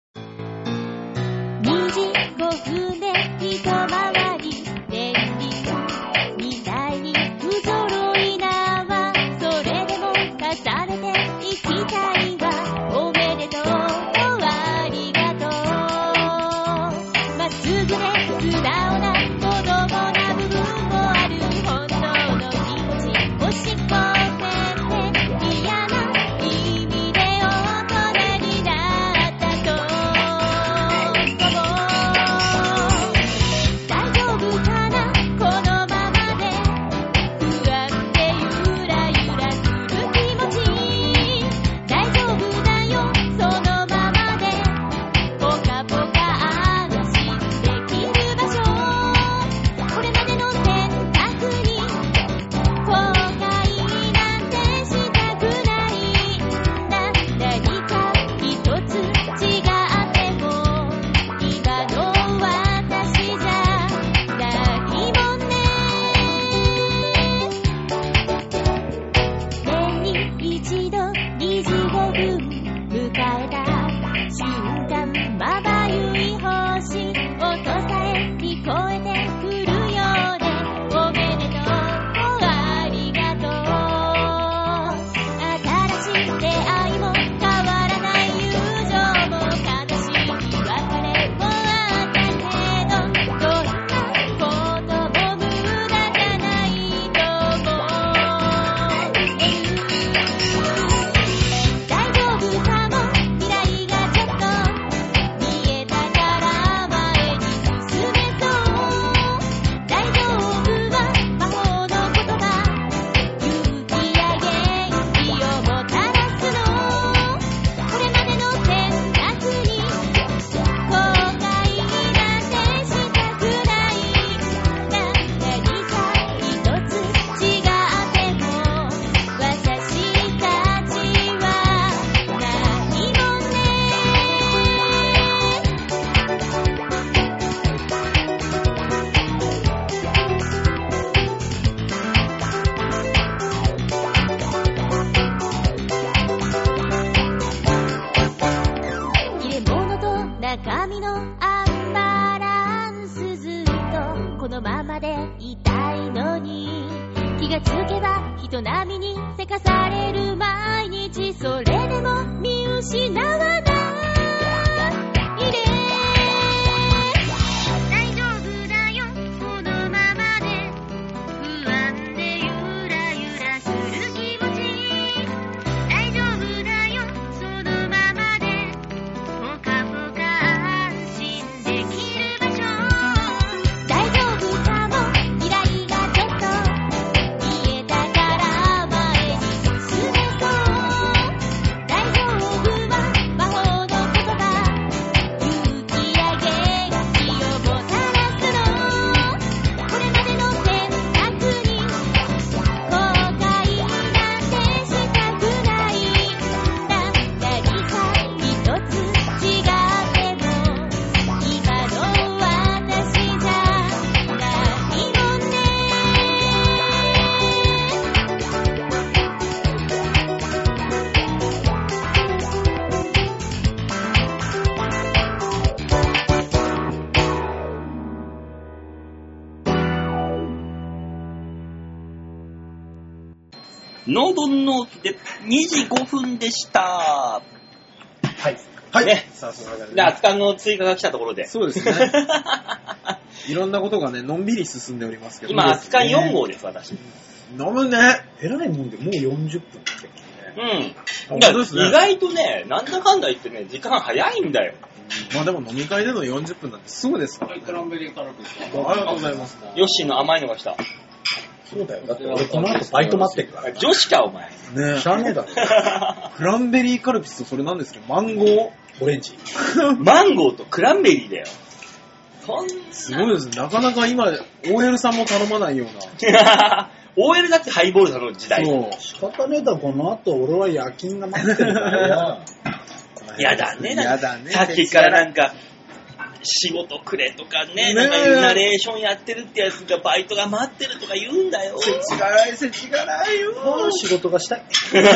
にじごふんで一回り便利さみたいに不揃いなわそれでも重ねていきたいわおめでとうありがとうまっすぐで素直な子供な部分もある本当の気持ちをしこせて嫌な意味で大人になったと大丈夫かなこのままで不安でゆらゆらする気持ち大丈夫だよそのままでポカポカ安心できる場所これまでの選択に後悔なんてしたくないんだ何か一つ違っても今の私じゃないもんね年に一度にじごふん迎えた瞬間まばゆい星音さえ聞こえてくるようでおめでとうありがとう新しい出会いも変わらない友情も悲しい別れもあったけどどんなことも無駄じゃないと思える大丈夫かも未来がちょっと見えたから前に進めそう大丈夫は魔法の言葉勇気や元気をもたらすのこれまでの選択に後悔なんてしたくないんだ何か一つ違っても私たちはないもんね入れ物と中身のアンバランスずっとこのままでいたいのに気がつけば人並みにせかされる毎日それでも見失わないで大丈夫だよこのままで不安でゆらゆらする気持ち大丈夫だよそのままでポカポカ安心できる場所大丈夫かも未来がちょっと見えたから前に進めそう大丈夫は魔法の言葉勇気や元気をもたらすのこれまでの選択に後悔なんてしたくないんだ何か一つ違っても今の私じゃないもんねノートンノーツでにじごふんでした。 はい。 はい。 ねさあ、その中で、 で、熱燗の追加が来たところで。 そうですね。いろんなことがね、のんびり進んでおりますけど。 今、熱燗よん号です、私。 飲むね。 えらいもんでもうよんじゅっぷん経ってるね。 うん。 本だから当ですね意外とね、なんだかんだ言ってね、時間早いんだよ。 まあでも飲み会でのよんじゅっぷんなんてすぐですからね。 クランベリーカルピス。 ありがとうございます。 ヨッシーの甘いのが来た。 そうだよ。だって俺この後バイト待ってるから。 女子か、お前。 ねしゃあねえだろ。 クランベリーカルピスとそれなんですけど、マンゴーオレンジ。 マンゴーとクランベリーだよ。そんな。 すごいですね。なかなか今、オーエル さんも頼まないような。 オーエル だってハイボールさんの時代。 そう。仕方ねえだ、この後俺は夜勤が待ってるからよ。 やだね、 やだね。 さっきからなんか、仕事くれとかね、なんかナレーションやってるってやつがバイトが待ってるとか言うんだよ。 せちがらい、せちがらいよ。 もう仕事がしたい。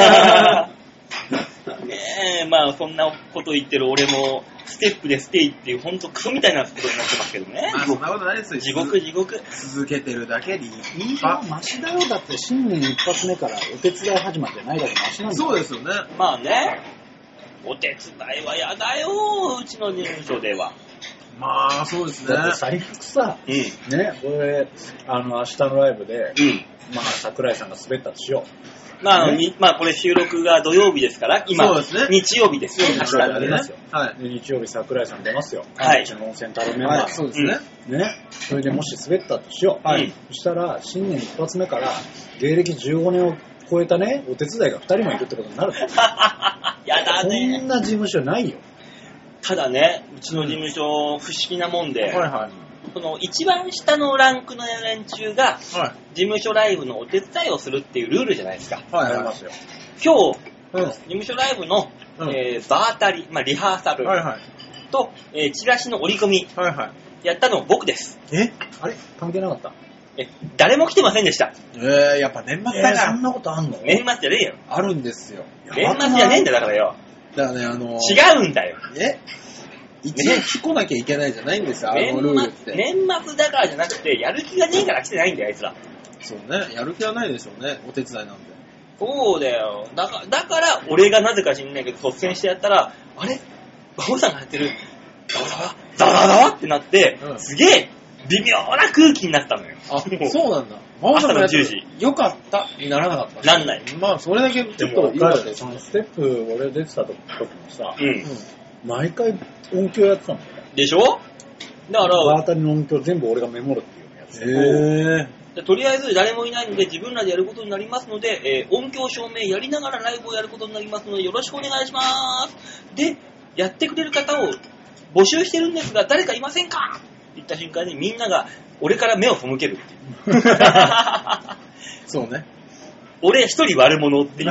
ねえ、まあそんなこと言ってる俺も、ステップでステイっていうほんとクソみたいなことになってますけどね。 まあそんなことないですよ。 地獄地獄。 続けてるだけに。 印象はマシだよ。だって新年一発目からお手伝い始まりじゃないだけマシなんだよ。 そうですよね。 まあね、お手伝いはやだよ、うちの事務所では。 まあそうですね。 だって最悪さ、 うん。 ね、これ、あの、明日のライブで、 うん。 まあ桜井さんが滑ったとしよう。 まあ、あのにまあこれ収録が土曜日ですから、今、 そうですね日曜日ですよ、明日桜井がねさん出ますよ。 はい。 で日曜日桜井さん出ますよ。 はいうちの温泉太郎メンバー。 はい、そうですね。 ね。それでもし滑ったとしよう。 はいそしたら、新年一発目から、芸歴じゅうごねんを超えたね、お手伝いがふたりもいるってことになる。 やだこね。 んな事務所ないよ。 ただね、うちの事務所、不思議なもんで、 はいはい。 その一番下のランクの連中が、 は事務所ライブのお手伝いをするっていうルールじゃないですか。 い。はいはありますよ。 今日、 い。うん。 事務所ライブの、 うんえーバータリ、まあ、リハーサルはいはい。 と、えーチラシの折り込みはいはい。 やったの僕です。 えあれ関係なかった。 え誰も来てませんでした。 えー、やっぱ年末だから。 そんなことあんの年末じゃねえよ。 あるんですよ。 年末じゃねえんだよ、だからよ。 だからね、あのー、 違うんだよ。 え一応着こなきゃいけないじゃないんですよ、あ年のルールっ末、 て。 年末だからじゃなくて、やる気がねえから来てないんだよ、あいつら。 そうね、やる気はないでしょうね、お手伝いなんで。 そうだよ。だから、だから俺がなぜか知んないけど、率先してやったら、あれ馬王さんがやってる、ザワザワ、ザワザワってなって、 うんすげえ、微妙な空気になったのよ。 あ、そうなんだ。マオさんのやつ朝のじゅうじよかったにならなかった。 なんない。 まあ、それだけちでょっとも分かる。 良かったですそ。のステップ、俺出てた時もさ、 うん。 うん毎回音響やってたもんね。 でしょだかバーら、 タリの音響全部俺がメモるっていうやつ。 へでとりあえず誰もいないので自分らでやることになりますので、えー音響照明やりながらライブをやることになりますのでよろしくお願いします。で、やってくれる方を募集してるんですが誰かいませんかって言った瞬間にみんなが俺から目を背けるっていう。 ー。そうね。 俺一人悪者っていう。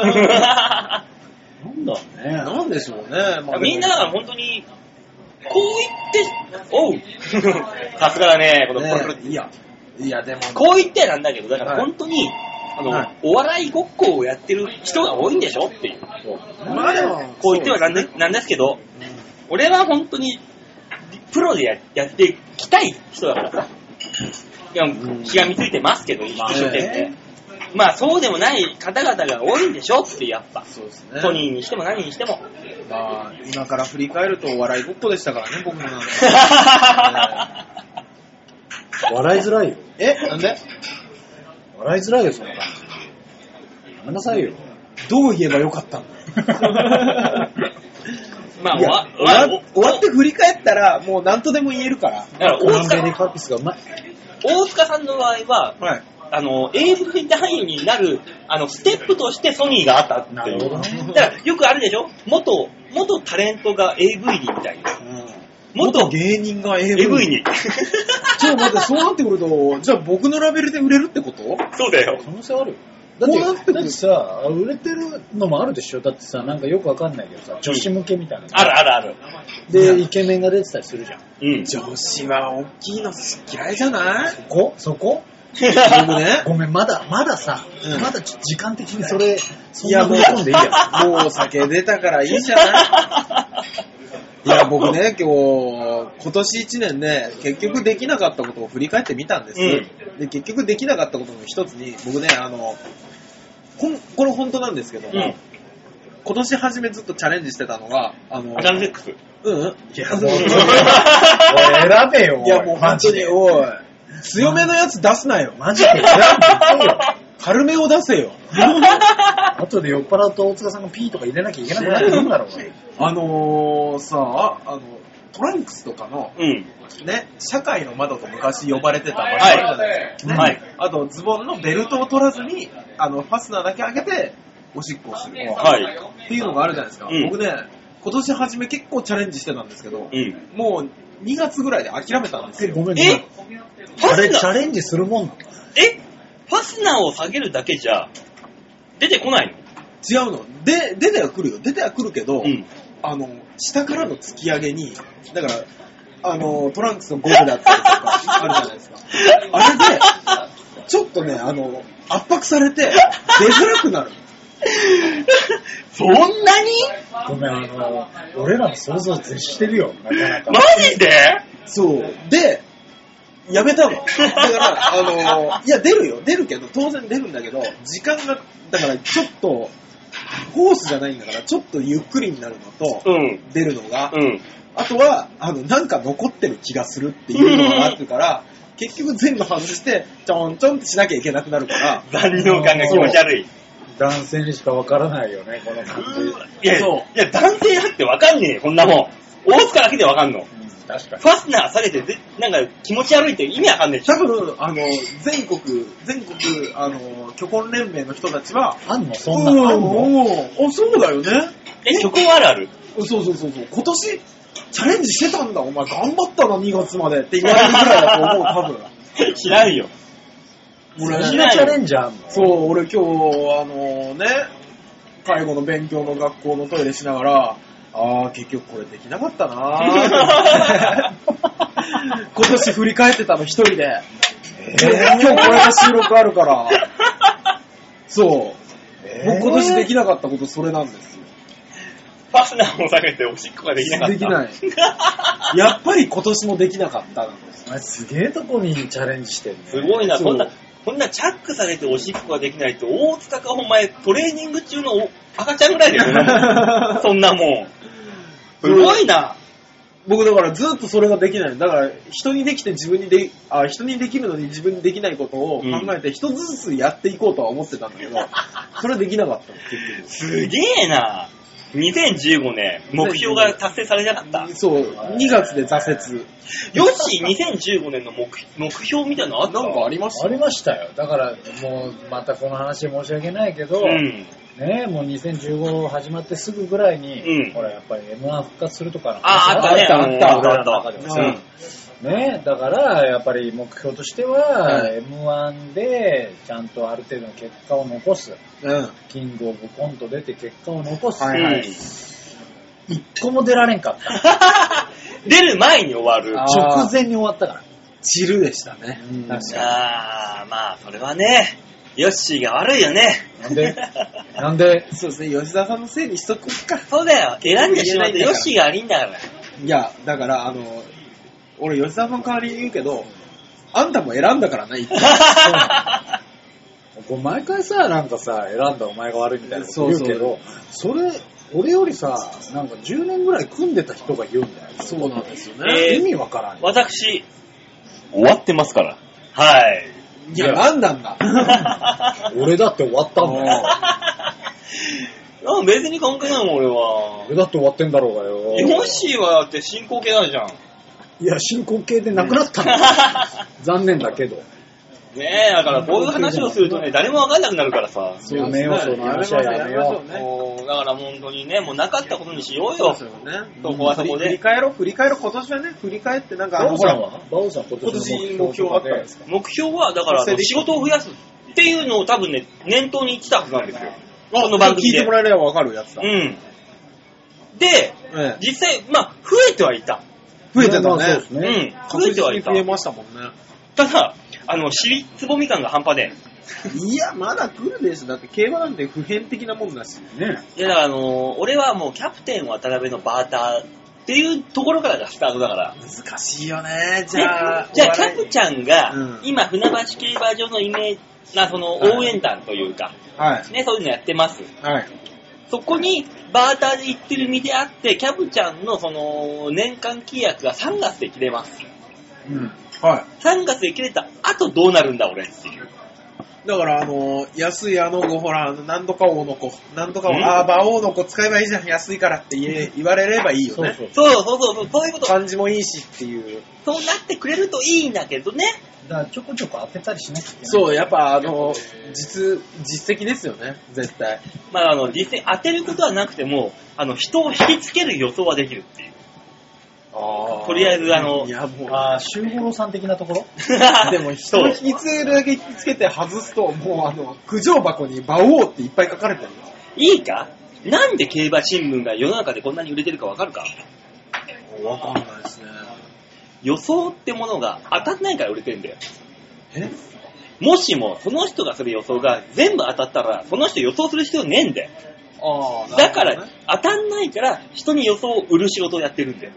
なんだろうね。 なんでしょうね。まあ、 みんなだから本当に、こう言って、おうさすがだね、このねコロコロいや、いやでも、 こう言ってなんだけど、だからはい本当に、あの、 はいお笑いごっこをやってる人が多いんでしょっていう。 まあでも、 こう言ってはなんでなんですけど、俺は本当に、プロでややっていきたい人だからさ。いや、気が見ついてますけど、一生懸命。まあそうでもない方々が多いんでしょってやっぱ。 そうですね。 ソニーにしても何にしても。 まあ、今から振り返るとお笑いごっこでしたからね、僕もなんで。 笑いづらいよ。 え、なんで笑いづらいよ、その感じ。やめなさいよ。 どう言えばよかったのまあ、 いやわ終わわ終わって振り返ったら、もう何とでも言えるから。 だからコ大塚ランベリーカルピスがうまい。 大塚さんの場合は、 はい。 あの、エーブイ男優になる、あの、ステップとしてソニーがあったっていう。 なるほどねだから、よくあるでしょ元、元タレントが エーブイ にみたいな。元元芸人が エーブイエーブイ に。 ちょっと待って、そうなってくると、じゃあ僕のラベルで売れるってことそうだよ。 可能性あるよ。だって、 こうなってくるだってさ、売れてるのもあるでしょ。だってさ、なんかよくわかんないけどさ、女子向けみたいな。 あるあるある。 で、イケメンが出てたりするじゃん。 うん。 女子は大きいの嫌いじゃないそこそこ僕ね。 ごめん、まだ、まださ、 うんまだちょっと時間的にそれ、そんいやもうな踏み込んでいいや。 もうお酒出たからいいじゃないいや、僕ね、今日、今年一年ね、結局できなかったことを振り返ってみたんです。 うんで、結局できなかったことの一つに、僕ね、あの、ほん、これ本当なんですけど、 うん。 今年初めずっとチャレンジしてたのが、あのア、ナルセックス。 うんうん。 いや、もう、おい選べよ。 いや、もうマジで。 本当に、おい、強めのやつ出すなよ。 マジで選んでいいよ。 軽めを出せよ。 後で酔っ払うと大塚さんがピーとか入れなきゃいけなくなってくるんだろうね。 あのー、さあ、あの、トランクスとかの、 うん。 ね、社会の窓と昔呼ばれてた場所あるじゃないですか。ねはい。 あと、ズボンのベルトを取らずに、あの、ファスナーだけ開けて、おしっこをする。 はい。 っていうのがあるじゃないですか。 うん僕ね、今年初め結構チャレンジしてたんですけど、 うん。 もうにがつぐらいで諦めたんですえ、 よ。 ごめんえね。チャレチャレンジするもんなのえファスナーを下げるだけじゃ、出てこないの？ 違うの。で、出ては来るよ。出ては来るけど、 うん。 あの、下からの突き上げに、だから、あの、トランクスのゴムだったりとか、あるじゃないですか。あれで、ちょっとね、あの、圧迫されて、出づらくなる。 そんなに？ ごめん、あの、俺らの想像絶してるよ、なかなか。 マジで？ そう。で、やめたの。だから、あの、いや、出るよ。出るけど、当然出るんだけど、時間が、だからちょっと、コースじゃないんだから、ちょっとゆっくりになるのと、 うん。 出るのが、 うん。 あとは、あの、なんか残ってる気がするっていうのがあるから、結局全部外して、ちょんちょんってしなきゃいけなくなるから。 残尿感が気持ち悪い。 男性にしかわからないよね、この感じ。 いや、 そういや、男性だってわかんねえよ、こんなもん。大塚だけでわかんの。 確かに。 ファスナー下げて、でなんか気持ち悪いって意味わかんねえし。 多分、あの、全国、全国、あの、虚婚連盟の人たちは、 あんのそんなのあんのお、そうだよね。 え、虚婚あるある？ そうそうそうそう。今年、チャレンジしてたんだ。お前頑張ったな、にがつまでって言われるぐらいだと思う、多分。 知らんよ。 俺そんなチャレンジあんの？ そう、俺今日、あのね、介護の勉強の学校のトイレしながら、あー、結局これできなかったなー今年振り返ってたの一人で。えー、今日これが収録あるから。そう。 えー僕今年できなかったことそれなんですよ。 ファスナーを下げておしっこができなかった。 できない。やっぱり今年もできなかったなんです。 お前すげえとこにチャレンジしてるね。 すごいな、 そうこんな、こんなチャックされておしっこができないと、大塚かお前、トレーニング中のお赤ちゃんぐらいだよな。そんなもん。すごいな。 僕だからずっとそれができない。だから人にできて自分にで、あ、人にできるのに自分にできないことを考えて一つずつやっていこうとは思ってたんだけど、それできなかったの、結局。 すげえな。にせんじゅうごねん、目標が達成されなかった。 そう、にがつで挫折。 よし、にせんじゅうごねんの 目, 目標みたいなのあったなんかありましたありましたよ。だからもうまたこの話申し訳ないけど、 うん。 ね、もうにせんじゅうご始まってすぐぐらいに、 うんほらやっぱり エムワン 復活するとかのあー、あったね。 あったあった俺らの中でもさ、 うんね、だからやっぱり目標としては、 はいエムワン でちゃんとある程度の結果を残す。 うん。 キングオブコント出て結果を残す。 はいはい一個も出られんかった。 出る前に終わる。 あ直前に終わったから。 チルでしたね。 うん確かあー、まあ、それはね、ヨッシーが悪いよね。 なんでなんでに。そうですね、吉田さんのせいにしとくか。 そうだよ。選んでしまってヨッシーが悪いんだから。 いや、だから、あの、俺吉田さんの代わりに言うけど、あんたも選んだからな、一回。 こう毎回さ、なんかさ、選んだお前が悪いみたいなこと言うけど、それ、俺よりさ、なんかじゅうねんぐらい組んでた人が言うんだよ。 そうなんですよね。 えー意味わからんよ。 私、終わってますから。はい。 いや、なんなんだ。 俺だって終わったんだよ。 あ別に関係ないもん、俺は。 俺だって終わってんだろうがよ。 ヨッシーはだって進行形なんじゃん。 いや、進行形でなくなったんだよ。残念だけど。 ねえ、だからこういう話をするとね、誰もわかんなくなるからさ。 やめよう、その話はやめよう。 ね。 もうだから本当にね、もうなかったことにしようよ。 そうですよね。 そこはそこ振りで。 返ろう、振り返ろう、今年はね、振り返ってなんか、 バオほら、 さんはバオさん今今年年目標あったんですか？ 目標は、だからあの仕事を増やすっていうのを多分ね、念頭に言ってたはずなんですよ。この番組で聞いても。らえればわかるやつだ。 うん。で、 ええ実際、まあ、増えてはいた。 増えてたねまあそうです。 うね。 ん。増えてはいた確実に増。えましたもんね。 ただ、あの、尻つぼみ感が半端で。 いや、まだ来るでしょ。だって競馬なんて普遍的なもんだし。 ね。 いや、だからあのー俺はもうキャプテン渡辺のバーターっていうところからがスタートだから。 難しいよね。じゃあ、 じゃあ、キャプちゃんが、 うん今、船橋競馬場のイメージ、な、その、 はい応援団というか、 はい。 ね、そういうのやってます。 はい。 そこに、バーターで行ってる身であって、キャプちゃんのその、年間契約がさんがつで切れます。 うん。はい。 さんがつで切れた後どうなるんだ、俺っていう。 だから、あの、安いあの子、ほら、あの、何とか王の子、何とか王、 うんああ、馬王の子使えばいいじゃん、安いからって言え言われればいいよね。 そうそうそうそうそう、そういうこと。 感じもいいしっていう。 そうなってくれるといいんだけどね。 だからちょこちょこ当てたりしなきゃいけない。 そう、やっぱあの、実、実績ですよね、絶対。 まあ、あの、実際当てることはなくても、あの、人を引きつける予想はできるっていう。 ああとりあえずあのいやもう、 ああ、周五郎さん的なところでも人を引きつけるだけ引きつけて外すと、もうあの、苦情箱に馬王っていっぱい書かれてるよ。 いいかなんで競馬新聞が世の中でこんなに売れてるかわかるか？ わかんないですね。 予想ってものが当たんないから売れてんだよ。 えもしもその人がする予想が全部当たったら、その人予想する必要ねえんだよ。 ああ、 だから、 なるほどね当たんないから人に予想を売る仕事をやってるんだよ。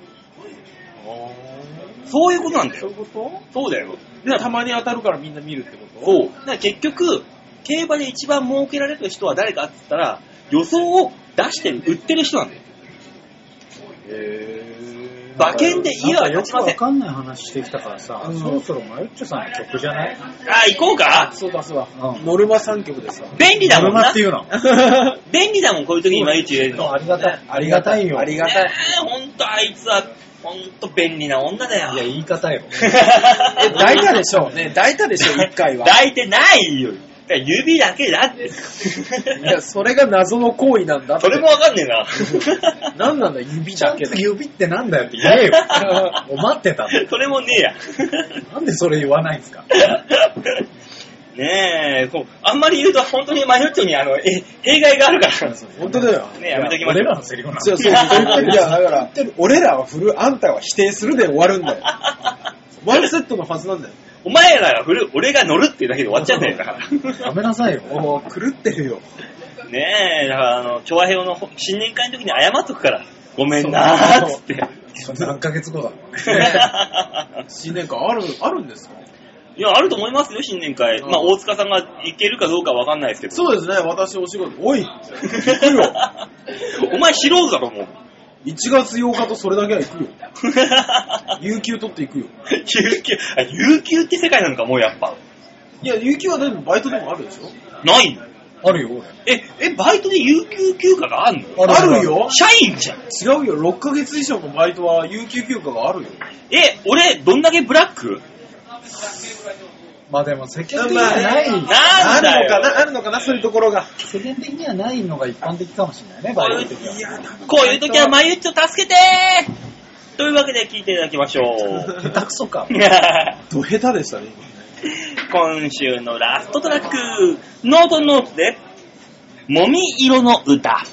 そういうことなんだよ。 そういうこそうだよ。 とで、たまに当たるからみんな見るってことそう。だから結局、競馬で一番儲けられる人は誰かって言ったら、予想を出してる、売ってる人なんだよ。 へ馬券で家はよくわ立ちません。 かんない話してきたからさ、 うんそろそろマユッチョさんの曲じゃない？ あ、行こうか。 そうだそうだ。 うんノルマさんきょくでさ。 便利だもんなノルマって。いうの。 便利だもん、こういう時に毎日入れるの。 ありがたい。ありがたいよ。 ありがたい。 ねえ、ほんとあいつは、ほんと便利な女だよ。 いや、言い方よ。 え、抱いたでしょうね。抱いたでしょ、一回は。 抱いてないよ。指だけだって。 いや、それが謎の行為なんだって。 それもわかんねえな。 何なんだ、指ちゃんとだけで。 指ってなんだよって言えよ。お待ってたの。 それもねえや。 なんでそれ言わないんですか？ ねえ、こうあんまり言うと本当にマヨッチョにあの、え、弊害があるから。 本当だよ。 ねえ、やめときましょう。 俺らのセリフなんそうだ。 そう、いや、だから、俺らは振る、あんたは否定するで終わるんだよ。ワンセットのはずなんだよ。 お前らが振る、俺が乗るっていうだけで終わっちゃうんだよ、だから。 やめなさいよ。 もう、狂ってるよ。 ねえ、だからあの、調和平和の新年会の時に謝っとくから。ごめんなーっつって。 そんな何ヶ月後だろうね。 新年会ある、あるんですか？ いや、あると思いますよ、新年会。まあ、大塚さんが行けるかどうかわかんないですけど。 そうですね、私お仕事。おい、行くよ。 お前素人だろ、もう。 いちがつようかとそれだけは行くよ。有給取って行くよ。 有給、あ、有給って世界なのか、もうやっぱ。 いや、有給はでもバイトでもあるでしょ？ ないの？ あるよ、俺。 え、え、バイトで有給休暇があんの？ あるよ。 社員じゃん。 違うよ、ろっかげつ以上のバイトは有給休暇があるよ。 え、俺、どんだけブラック？ まあでも世間的にはない、 なんあだよ。 るのかな、あるのかな、そういうところが。 世間的にはないのが一般的かもしれないね、バイト的には。 いや、 こういう時はマユッチョ助けてーというわけで聞いていただきましょう。 下手くそか。 ど下手でしたね、 今週のラストトラック、ノートノートで、もみ色の歌。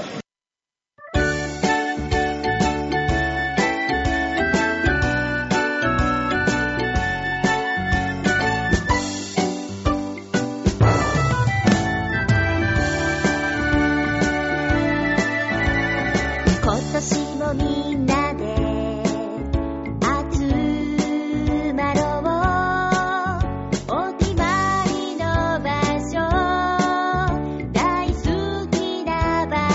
今年もみんなで集まろう。お決まりの場所、大好きな場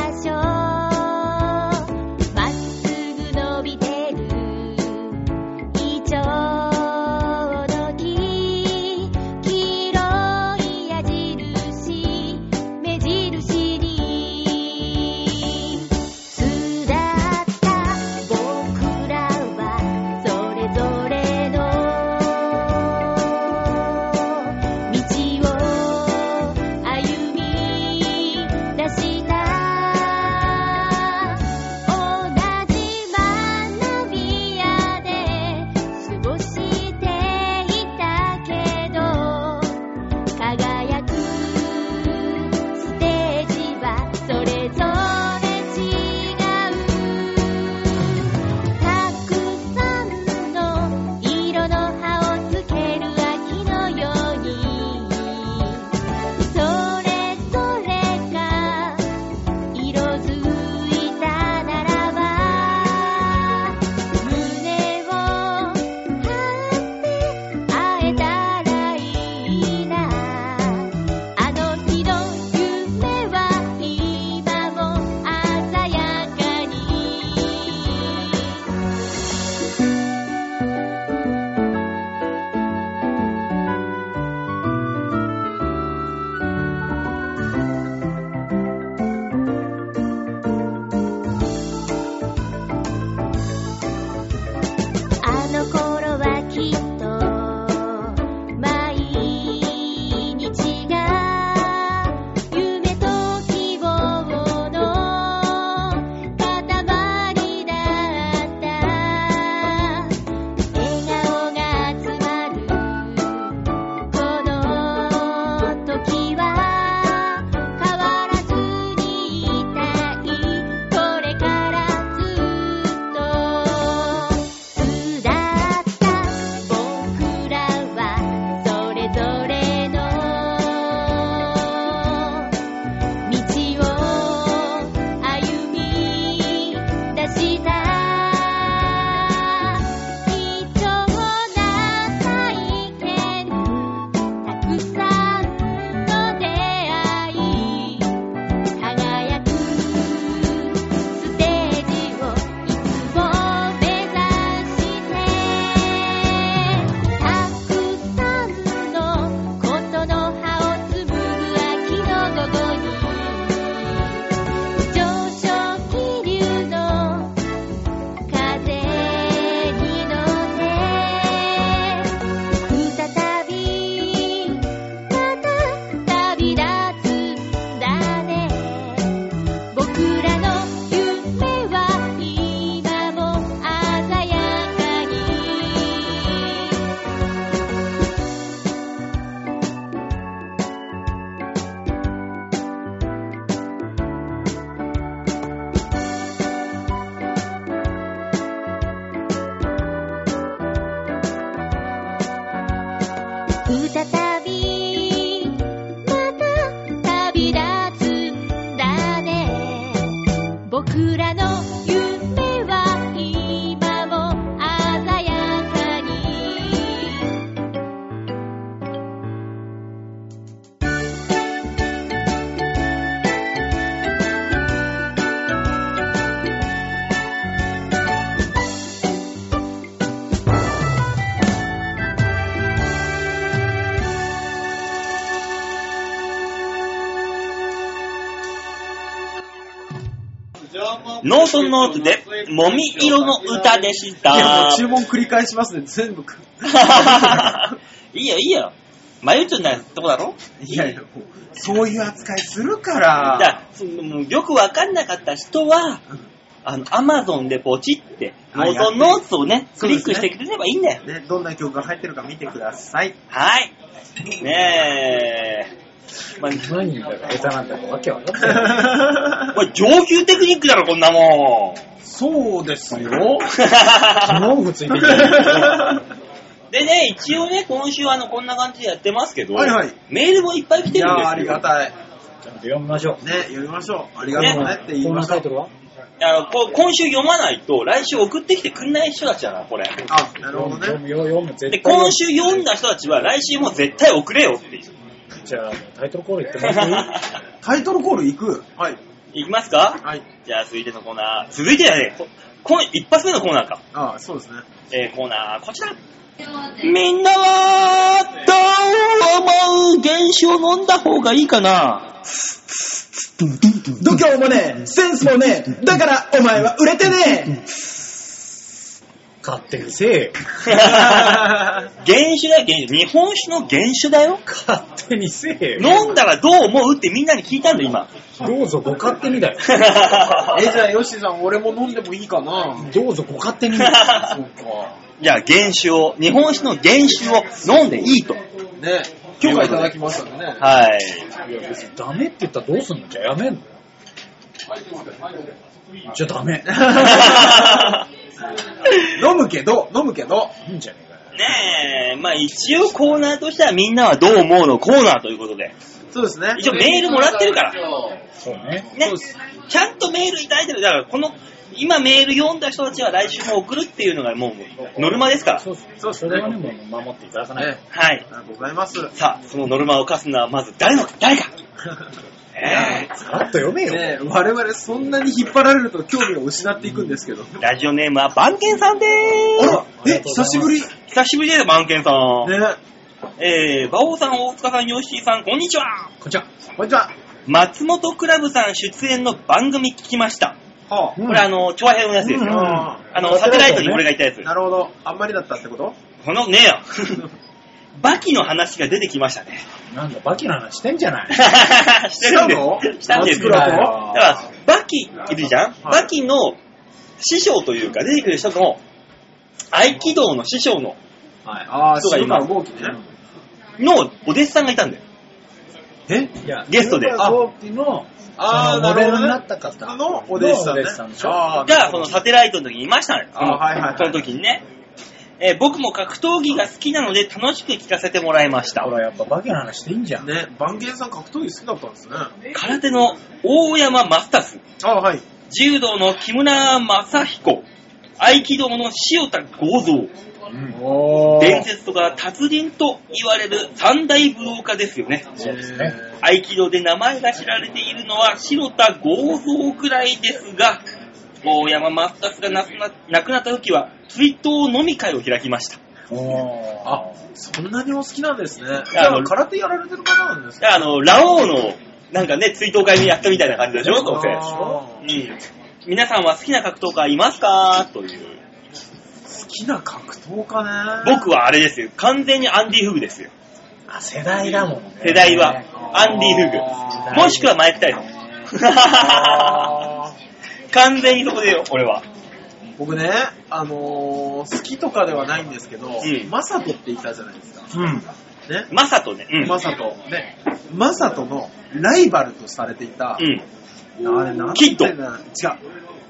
再びまた旅立つんだね。僕らの夢は今も鮮やかに。 ノートノートで、もみ色の歌でしいや、もたう。注文繰り返しますね、全部。 いいよ、いいよ。マユチョンなとこだろ。 いやいや、もうそういう扱いするから。 じゃあ、そのもうよくわかんなかった人は、あの、アマゾンでポチって、ノートノートをね、クリックしてくれればいいんだよ。 ね、どんな曲が入ってるか見てください。 はい。ねえ。まあ、 何が下手なんだかわけわかんない。 これ上級テクニックだろ、こんなもん。 そうですよ。 毛布ついてきてる。 でね、一応ね、今週あの、こんな感じでやってますけど、 はいはいメールもいっぱい来ていやー、 るんですよ。 ありがたい。 ちゃんと読みましょう。 ね、読みましょう。ありがとうねって言いコーナました。 ータイトルはあのこ今週読まないと、来週送ってきてくんない人たちだな、これ。 あ、なるほどね。 読むよ、読む、絶で、 対。 今週読んだ人たちは、来週も絶対送れよっていう。 じゃあ、タイトルコール言ってもらっていいタイトルコール行く。はい。 いきますか？ はい。 じゃあ、続いてのコーナー。続いてだね、ここの一発目のコーナーか。 あそうですね。 えー、コーナー、こちら。みんなは、どう思う？原酒を飲んだ方がいいかな？ 度胸もね、センスもね、だからお前は売れてね勝手にせえよ。 原酒だよ、原酒。日本酒の原酒だよ。 勝手にせえよ。 飲んだらどう思うってみんなに聞いたんだよ、今。 どうぞご勝手にだよ。 え、じゃあ、ヨッシーさん、俺も飲んでもいいかなどうぞご勝手に。 そうか。 じゃあ、原酒を、日本酒の原酒を飲んでいいと。 ね、許可いただきましたんでね。 はい。 いや、別にダメって言ったらどうすんの？じゃあやめんの？じゃあダメ。 飲むけど、飲むけど。 いいんじゃねえかよ。 ねえ、まあ一応コーナーとしてはみんなはどう思うのコーナーということで。 そうですね。 一応メールもらってるから。 そうね。 ねそうです。 ちゃんとメールいただいてる。だからこの、今メール読んだ人たちは来週も送るっていうのがもうノルマですから。 そうそうそうですねそれはね、もう守っていただかないねと。 はい。 ありがとうございます。 さあ、そのノルマを課すのはまず誰の、誰か。えさらっと読めよ。 ね我々そんなに引っ張られると興味を失っていくんですけど。 ー、ラジオネームはバンケンさんでーす。 あら、え、久しぶり。ね久しぶりです、バンケンさん。えー、馬王さん、大塚さん、ヨッシーさん、こんにちは。 こんにちは。 こんにちは。 松本クラブさん出演の番組聞きました。 はこれあの、チョアヘヨのやつですよ。 うんうんああの、サテライトに俺が言ったやつ。 なるほど。あんまりだったってことこのねえよ。バキの話が出てきましたね。 なんだ、バキの話してんじゃない。 してるんでしたのす。したんですよ。だ松倉とから、バキいるじゃん、 はいバキの師匠というか、出てくる人の、合気道の師匠の、 はい。 ああ、 人がいます白川豪輝ね。 のお弟子さんがいたんだよ。 えいや、 ゲストであ、後期の、 あーそのモデルにななるほどねった方のお弟子さんねのお弟子さんでしょ。 あーが、そのサテライトの時にいましたね。 あーはいはいはいその時にね。えー僕も格闘技が好きなので楽しく聞かせてもらいましたほ。ら、やっぱバキの話していいんじゃん。 ね、番犬さん格闘技好きだったんですね。 空手の大山マスタス、 あはい。 柔道の木村正彦、合気道の塩田剛三、 うん。 お伝説とか達人と言われる三大武道家ですよね。 そうですね。 合気道で名前が知られているのは白田剛三くらいですが、大山マスタスが亡くな亡くなった時は追悼飲み会を開きました。 おー。 あ、そんなにお好きなんですね。じやゃあ、空手やられてる方なんですか？ あの、ラオウの、なんかね、追悼会にやったみたいな感じでしょ、どうせ。 あーうん。皆さんは好きな格闘家いますかという。 好きな格闘家ね。 僕はあれですよ。完全にアンディ・フグですよ。 あ、世代だもんね。 世代は。アンディ・フあグ。もしくはマイク・タイソン。 あー完全にそこでよ、俺は。 僕ね、あのー、好きとかではないんですけど、 んマサトって言ったじゃないですか。 うん。 ね。 マサトね。うん。 マサト。ね。マサトのライバルとされていた、 うん。 あれなんてキッド言うんだ違う。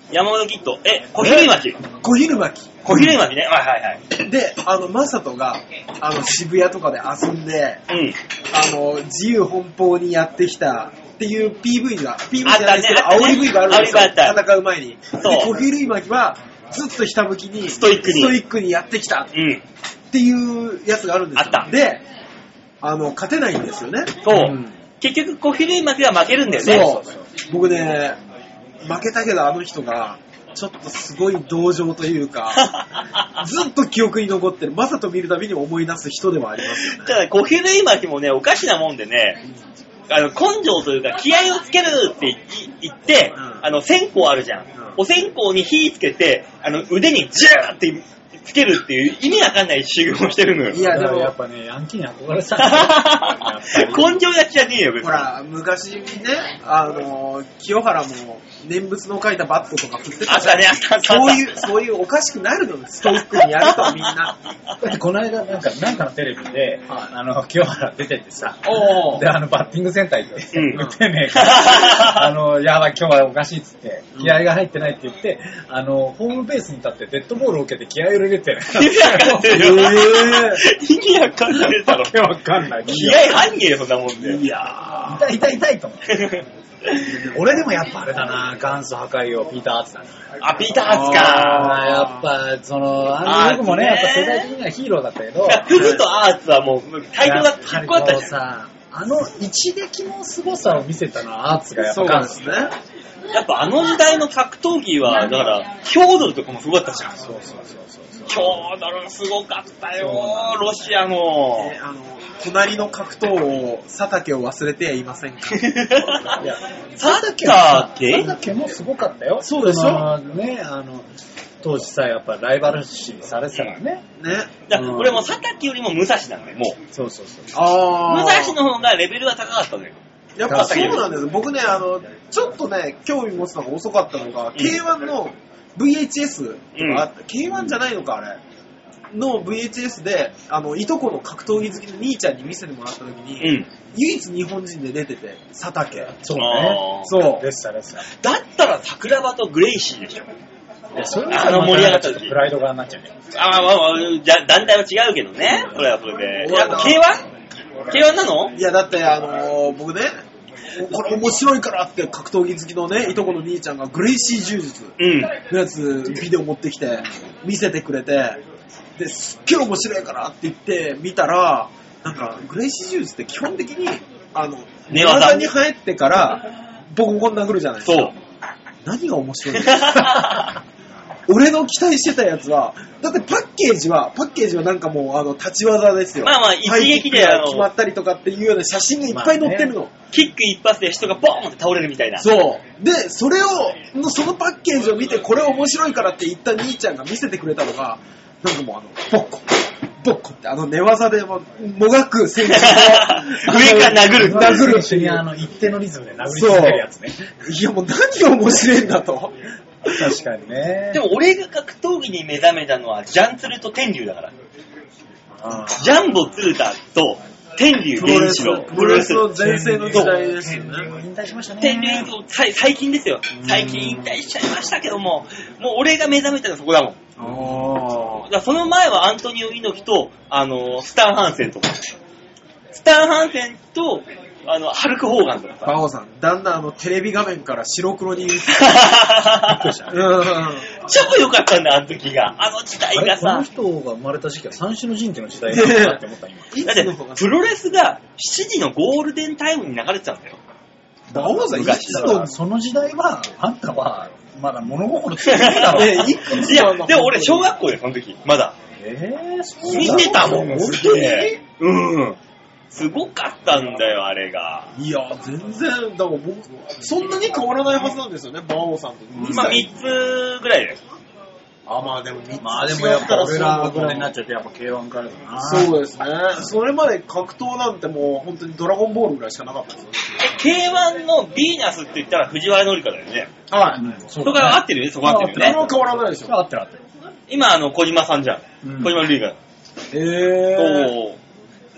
山本キッド。え、小比類巻き。 小比類巻き。 小比類巻きね。はいはいはい。 で、あの、マサトが、あの、渋谷とかで遊んで、 うん。 あの、自由奔放にやってきたっていう ピーブイ が、ピーブイ じゃないですけど、 あったね煽り V があるんですよ。 煽り V あった戦う前に。で、 そう小比類巻きは、ずっとひたむきに、 ストイックにストイックにやってきたうん。 っていうやつがあるんですよ。 あったで、あの、勝てないんですよね。 そう。 ん結局、小比類巻きは負けるんだよね。 そう。僕ね、負けたけどあの人が、ちょっとすごい同情というか、ずっと記憶に残ってる。マサト見るたびに思い出す人でもありますよね。 ただ、小比類巻きもね、おかしなもんでね、あの、根性というか、気合をつけるって言って、 うんあの、線香あるじゃん。 うんお線香に火つけて、あの、腕にジューってつけるっていう意味わかんない修行をしてるのよ。 いや、でも、 やっぱね、ヤンキーに憧れてたんだよやっぱり根性焼きじゃねえよ、別に。 ほら、昔ね、あの、清原も念仏の書いたバットとか振ってたじゃん。 あったね、あったあった。 そういう、そういうおかしくなるの、ストイックにやるとみんな。 だってこの間なんか、なんかのテレビで、 はいあの、清原出てってさ、 おで、あの、バッティングセンター行って、 うん打てねえから、あの、やばい、今日はおかしいっつって、気合が入ってないって言って、あの、ホームベースに立ってデッドボールを受けて気合を入れて、 意味わかんねえよ。意味わかんねえだろ。 わけわかんない。 気合入んねえよ、そんなもんで。 いやー、痛い痛い痛いと思って。俺でもやっぱあれだな、元祖破壊王、ピーター・アーツだな。 あ、ピーター・ハッツあーか。 やっぱ、その、あの僕もね、やっぱ世代的にはヒーローだったけど、 フグとアーツはもう、タイトルがやっぱりかっこよかったこうじゃん。 さ、あの一撃の凄さを見せたのはアーツがやっぱそう元祖ですね。 やっぱあの時代の格闘技は、だから、ヒョードルとかもすごかったじゃん。 そうそうそうそうそう。 ヒョードルすごかったよ、ロシアの。 ねあの、隣の格闘王、佐竹を忘れてはいませんか。 いや、 サッカーって佐竹もすごかったよ。 そうでしょのね、あの、当時さ、やっぱライバル視されてたからね。 ね。 だから俺も佐竹よりも武蔵なんだよ、もう。 そうそうそう。 あ武蔵の方がレベルが高かったのよ。 やっぱそうなんです。僕ね、あの、ちょっとね、興味持つのが遅かったのが、 んケーワン の ブイエイチエスとかあった、ケーワン じゃないのか、あれ。の ブイエイチエス で、あの、いとこの格闘技好きの兄ちゃんに見せてもらった時に、 うん。 唯一日本人で出てて、佐竹。 そうね。 あーそう。 でしたでした。 だったら桜庭とグレイシーでしょ。 いや、それあの盛り上がった時ちょっとプライドがなっちゃうね。 ああ、まあまあ、じゃ団体は違うけどね。それはそれで。やっぱ ケーワン？ケーワン なの？ いや、だって、あのー僕ね、これ面白いからって格闘技好きのね、いとこの兄ちゃんがグレイシー柔術うん。 のやつ、ビデオ持ってきて、見せてくれて、で、すっげえ面白いからって言って見たら、なんか、グレイシー柔術って基本的に、あの、寝寝技技に入ってから、ボコボコに殴るじゃないですか。 そう。 何が面白いの俺の期待してたやつは、だってパッケージは、パッケージはなんかもう、あの、立ち技ですよ。 まあまあ一撃でハイキックがあの決まったりとかっていうような写真がいっぱい載ってるの。 キック一発で人がボーンって倒れるみたいな。 そう。で、それを、そのパッケージを見て、これ面白いからって言った兄ちゃんが見せてくれたのが、なんかもうあの、ボッコ、ボッコってあの寝技でももがく選手を上から殴る。 殴る一緒にあの、一定のリズムで殴り続けるやつね。 いやもう何が面白いんだと。 確かにね。 でも俺が格闘技に目覚めたのはジャンツルと天竜だから。 あジャンボ鶴田と天竜プロレス源一郎。 プロレスの前世の時代ですよね。 引退しましたね。 天竜さい最近ですよ。最近引退しちゃいましたけども、もう俺が目覚めたのはそこだもん。 あだからその前はアントニオ猪木と、あの、スタン・ハンセンとか。スタン・ハンセンと、あの、ハルク・ホーガンとかバオさん、だんだんあのテレビ画面から白黒に。 さ。 うん。 超良かったんだ、あの時が。あの時代があれこのさ。 人が生まれた時期は三種の神器の時代だったって思った今。 いだってつの方が、 プロレスがしちじのゴールデンタイムに流れてたんだよ。 バオさん、い昔つだからの、 その時代は、あんたは、まだ物心ついてないだろ。 えいくついやなの、 でも俺小学校でその時、まだ。 えー、そう見てたもん、 本す当にげえ。うん。すごかったんだよ、あれが。 いや、全然、だから僕、そんなに変わらないはずなんですよね、バオさんと。 まあみっつぐらいです。 あ、まあでもみっつまあでもやっぱ俺らぐらいになっゃちゃうとやっぱ ケーワン からだな。 そうですね。それまで格闘なんてもう本当にドラゴンボールぐらいしかなかったですよ。 え、ケーワン のヴィーナスって言ったら藤原紀香だよね。 はい。 うん。 そこから合ってるよね、そこ合ってるよね。 それは変わらないでしょ。 合ってる合ってる。 今、あの、小島さんじゃん。 うん小島瑠璃が。 えー。 そう。そこ合っ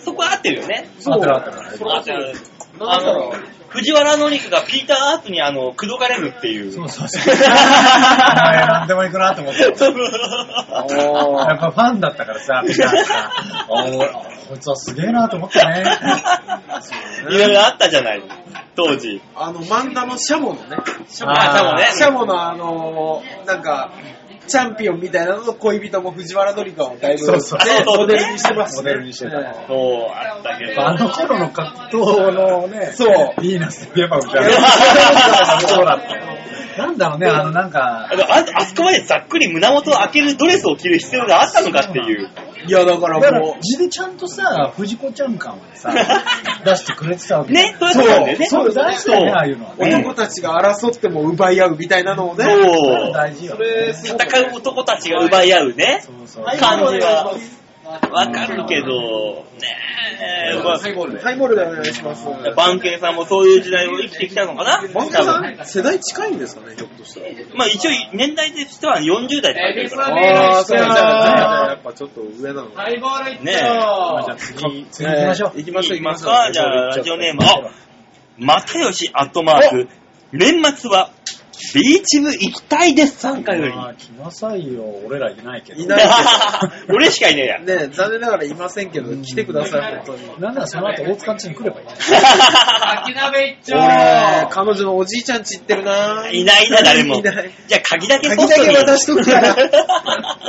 ってるよね。 そうだったから。 合ってる。あの、藤原紀香がピーター・アーツにあの、口説かれるっていう。 そうそうそう。なんでもいくなと思って。やっぱファンだったからさ、ピーターさ、こいつはすげえなと思ったね。 いろいろあったじゃない、当時。 あの、漫画のシャモのね。 シャモあシャモねシャモのあの、なんか、チャンピオンみたいなのの恋人も藤原紀香をだいぶ、 そうそうね、 そうモデルにしてます、ね。 モデルにしてた。 そう、あったけど。 あの頃の格闘のね、 そう。 ヴィーナスといえばみたいな。そうだったよ。なんだろうね、あのなんか。 あのあ、あそこまでざっくり胸元を開けるドレスを着る必要があったのかっていう。 いや、だからだからもう、 字でちゃんとさ、藤子ちゃん感をさ、出してくれてたわけね、そういうことなんだよね。 そう、大事だよね、ああいうのはね。 男たちが争っても奪い合うみたいなのをね。 そう。 大事よ。 戦う男たちが奪い合うね。 そうそう。 感じは。わかるけど、ねえ、まあ、 ハイボールでお願いします。 バンケンさんもそういう時代を生きてきたのかな。 バンケンさん、世代近いんですかね、ひょっとしたら。 まあ一応、年代としてはよんじゅう代って書いてるから。 ああ、そうなんだ。やっぱちょっと上なの。 ハイボールいってねえ。 じゃあ次、次行きましょう。 行きましょう、 いきますか。じゃあ、ラジオネーム、あ、又吉アットマーク、年末は、ビーチ部行きたいです、さんかいより。 ああ、来なさいよ。俺らいないけど。 いないけど。 俺しかいねえや。 ねえ、残念ながらいませんけど、来てください、本当に。 なんならその後大塚ん家に来ればいい。 秋鍋一丁俺、彼女のおじいちゃんち行ってるな。 いないな、誰も。 いない。 じゃあ、鍵だけポ鍵ストに。 だけ渡しとくから。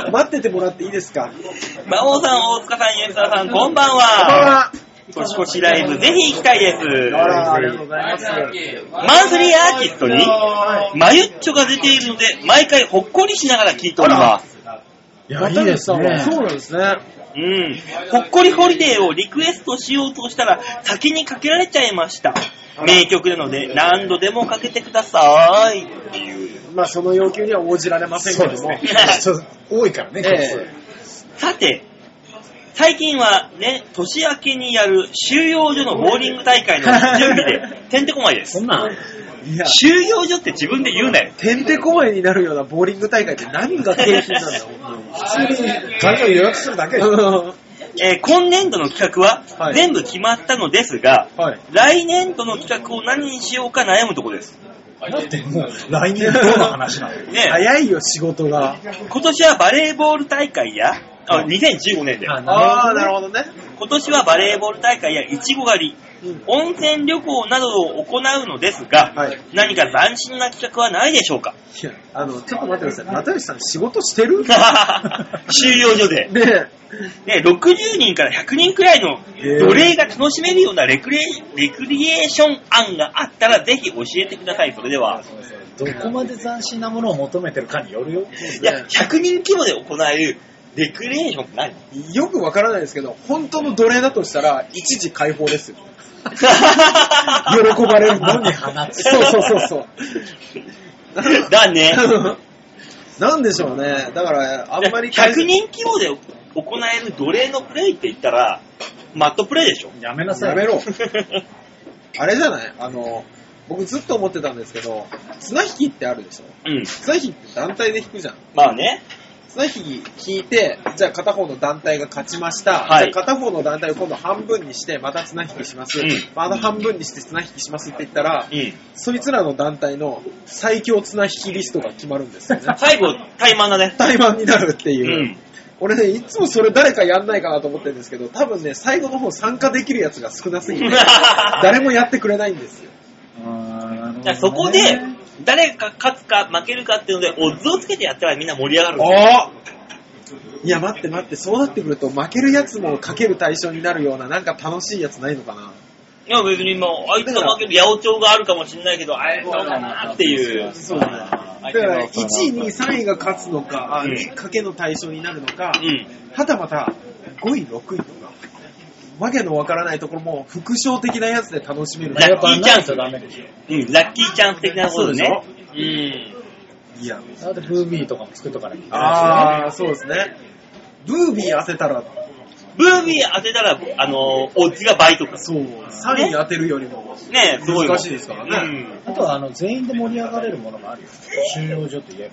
待っててもらっていいですか。 馬王さん、大塚さん、ゆうささん、こんばんこんばんは。 は。 年越しライブ、ぜひ行きたいです。 あら、ありがとうございます。 マンスリーアーティストに、マユッチョが出ているので、毎回ほっこりしながら聴いております。 いや、いいですね。 そうなんですね。 うん。ほっこりホリデーをリクエストしようとしたら、先にかけられちゃいました。名曲なので、何度でもかけてください。っていう。 まあ、その要求には応じられませんけども。 多いからね、 えさて、最近はね、年明けにやる収容所のボーリング大会の準備で、てんてこまいです。 そんなんえ。いや、 収容所って自分で言うなよ。 てんてこまいになるようなボーリング大会って何が景品なんだよ、本当に。 普通に会場予約するだけで。 えー今年度の企画ははい全部決まったのですが、 はい。 来年度の企画を何にしようか悩むところです。 だってもう来年どうの話なのよ。 ね、 早いよ、仕事が。 今年はバレーボール大会や、あ、にせんじゅうごねんで。 ああ、なるほどね。 今年はバレーボール大会やいちご狩り、 うん温泉旅行などを行うのですが、 はい何か斬新な企画はないでしょうか。 いや、あの、ちょっと待ってください。又吉さん仕事してる収容所で、 ねね、ろくじゅうにんからひゃくにんくらいの奴隷が楽しめるようなレクレレクリエーション案があったらぜひ教えてください。それでは。 どこまで斬新なものを求めてるかによるよ。 いや、ひゃくにん規模で行えるレクリエーションって何？ え、よくわからないですけど、本当の奴隷だとしたら、一時解放ですよ。喜ばれる野に放つ。 そうそうそうそう。 だね。 なんでしょうね。だから、あんまりひゃくにん規模で行える奴隷のプレイって言ったら、マットプレイでしょ。 やめなさい。 やめろ。あれじゃないあの、僕ずっと思ってたんですけど、綱引きってあるでしょ。 うん。 綱引きって団体で引くじゃん。 まあね。 綱引き引いて、じゃあ片方の団体が勝ちました。 はいじゃあ片方の団体を今度半分にして、また綱引きします。 うんまた半分にして綱引きしますって言ったら、 うん。 そいつらの団体の最強綱引きリストが決まるんですよね。 最後、怠慢だね。 対マンになるってういう。 ん。 俺ね、いつもそれ誰かやんないかなと思ってるんですけど、多分ね、最後の方参加できるやつが少なすぎて、誰もやってくれないんですよ。 じゃあそこで、誰が勝つか負けるかっていうので、オッズをつけてやったらみんな盛り上がるんですよ。 あいや、待って待って、そうなってくると、負けるやつもかける対象になるような、なんか楽しいやつないのかな。 いや別にもう、あいつが負ける八百長があるかもしれないけど、あれどうかなっていう。 そうね。だから、いちい、にい、さんいが勝つのか、あうん賭けの対象になるのか、 うん。 はたまたごい、ろくいとか、わけのわからないところも、副賞的なやつで楽しめる。 ラッキーチャンスとダメでしょ。 うん、ラッキーチャンス的なことね。うん。 いや、 あとブービーとかも作っとかなきゃいけないあー、そうですね。ブービー当てたら、 ブービー当てたら、あのー、オッズが倍とか。 そう、さんい当てるよりも、 ねえ、すごいもん。 難しいですからね。 うん。 し。あとはあの全員で盛り上がれるものがあるよ。収容所といえば。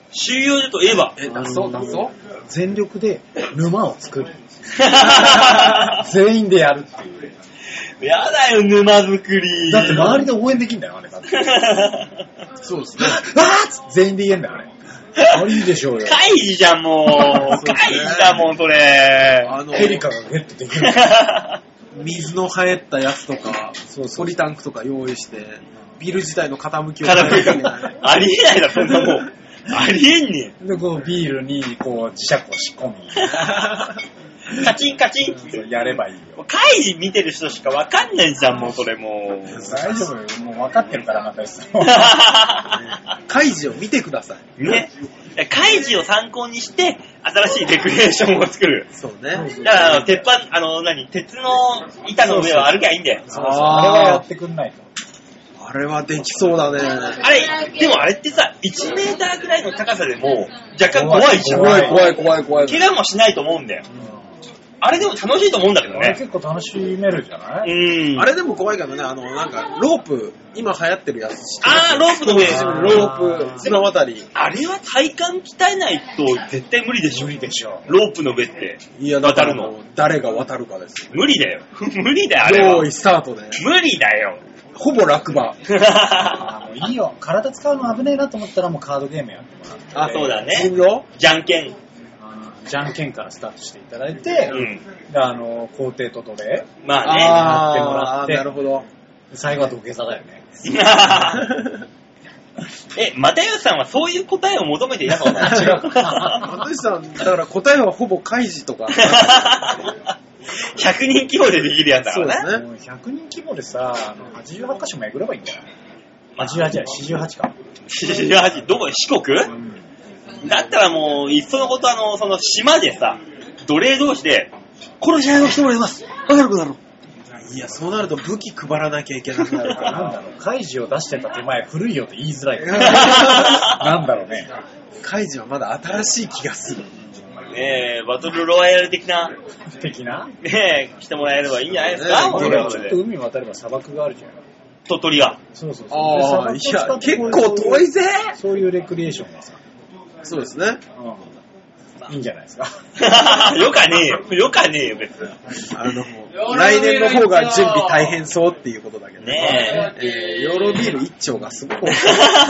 収容所といえば。 え、出そう出そう全力で沼を作る。全員でやるっていう。 やだよ、沼作り。 だって周りで応援できんだよ、あれだって。 そうですね。 わー全員で言えんだよ、あれ。あれいいでしょうよ。 カイジじゃん、もう。カイジだもん、それ。 あの、ヘリカがゲットできる。 水の入ったやつとか、 そうそうポリタンクとか用意して、ビル自体の傾きを傾きありえないだ、そんなもん。ありえんねん。 で、こう、ビールに、こう、磁石を仕込み。 カチンカチンってやればいいよ。 カイジ見てる人しかわかんないじゃん、もうそれもう。 大丈夫よ。もう分かってるから、またです。 カイジを見てください。 ね。カイジを参考にして、新しいレクリエーションを作る。 そうね。 だから、鉄板、あの、何、鉄の板の上を歩きゃいいんだよ。 そうそう。あれはやってくんないと。 あれはできそうだね。 あれ、でもあれってさ、いちメーターぐらいの高さでも、若干怖いじゃん。 怖い怖い怖い怖い。 怪我もしないと思うんだよ。あれでも楽しいと思うんだけどね。 結構楽しめるじゃない？ うん。 あれでも怖いけどね、あの、なんか、ロープ、今流行ってるやつ知ってます？ あー、ロープの上。 ロープ、綱渡り。 あれは体幹鍛えないと絶対無理でしょ。 無理でしょ。 ロープの上って。 いや、 渡るの。 誰が渡るかです。 無理だよ。無理だよ、あれは。 用意スタートで。 無理だよ。 ほぼ落馬。 あもういいよ。体使うの危ねえなと思ったらもうカードゲームやってもらって。 あ、そうだね。 人形？ じゃんけん。 じゃんけんからスタートしていただいて、うん、あの、皇帝と奴隷。 まあね。 やってもらって。 なるほど。 最後は土下座だよね。 え、又吉さんはそういう答えを求めていなかった？ 違うか。 又吉さん、だから答えはほぼカイジとか。 ひゃくにん規模でできるやつだからね。 そうですね。 ひゃくにん規模でさ、あのはちじゅうはちか所巡ればいいんだよ。はちじゅうはちじゃない、よんじゅうはちか。よんじゅうはち、どこ？四国？うん、だったらもう、いっそのことあの、その島でさ、奴隷同士で、殺し合いをしてもらいます。わかるかだろ。 いや、そうなると武器配らなきゃいけなくなるから。 なんだろう、カイジを出してた手前、古いよって言いづらい。なんだろうね。 カイジはまだ新しい気がする。 ねえ、バトルロワイヤル的な。 的なねえ、来てもらえればいいんじゃないですか、 これはちょっと海渡れば砂漠があるじゃん。 鳥取が。 そうそうそう。 ああ、いや、結構遠いぜ。 そういうレクリエーションがさ。 そうですね。 うん。いいんじゃないですか。 よかねえよ。よかねえよ、別に。 あの、来年の方が準備大変そうっていうことだけどねえ。えー、ヨーロビール一丁がすごく多い。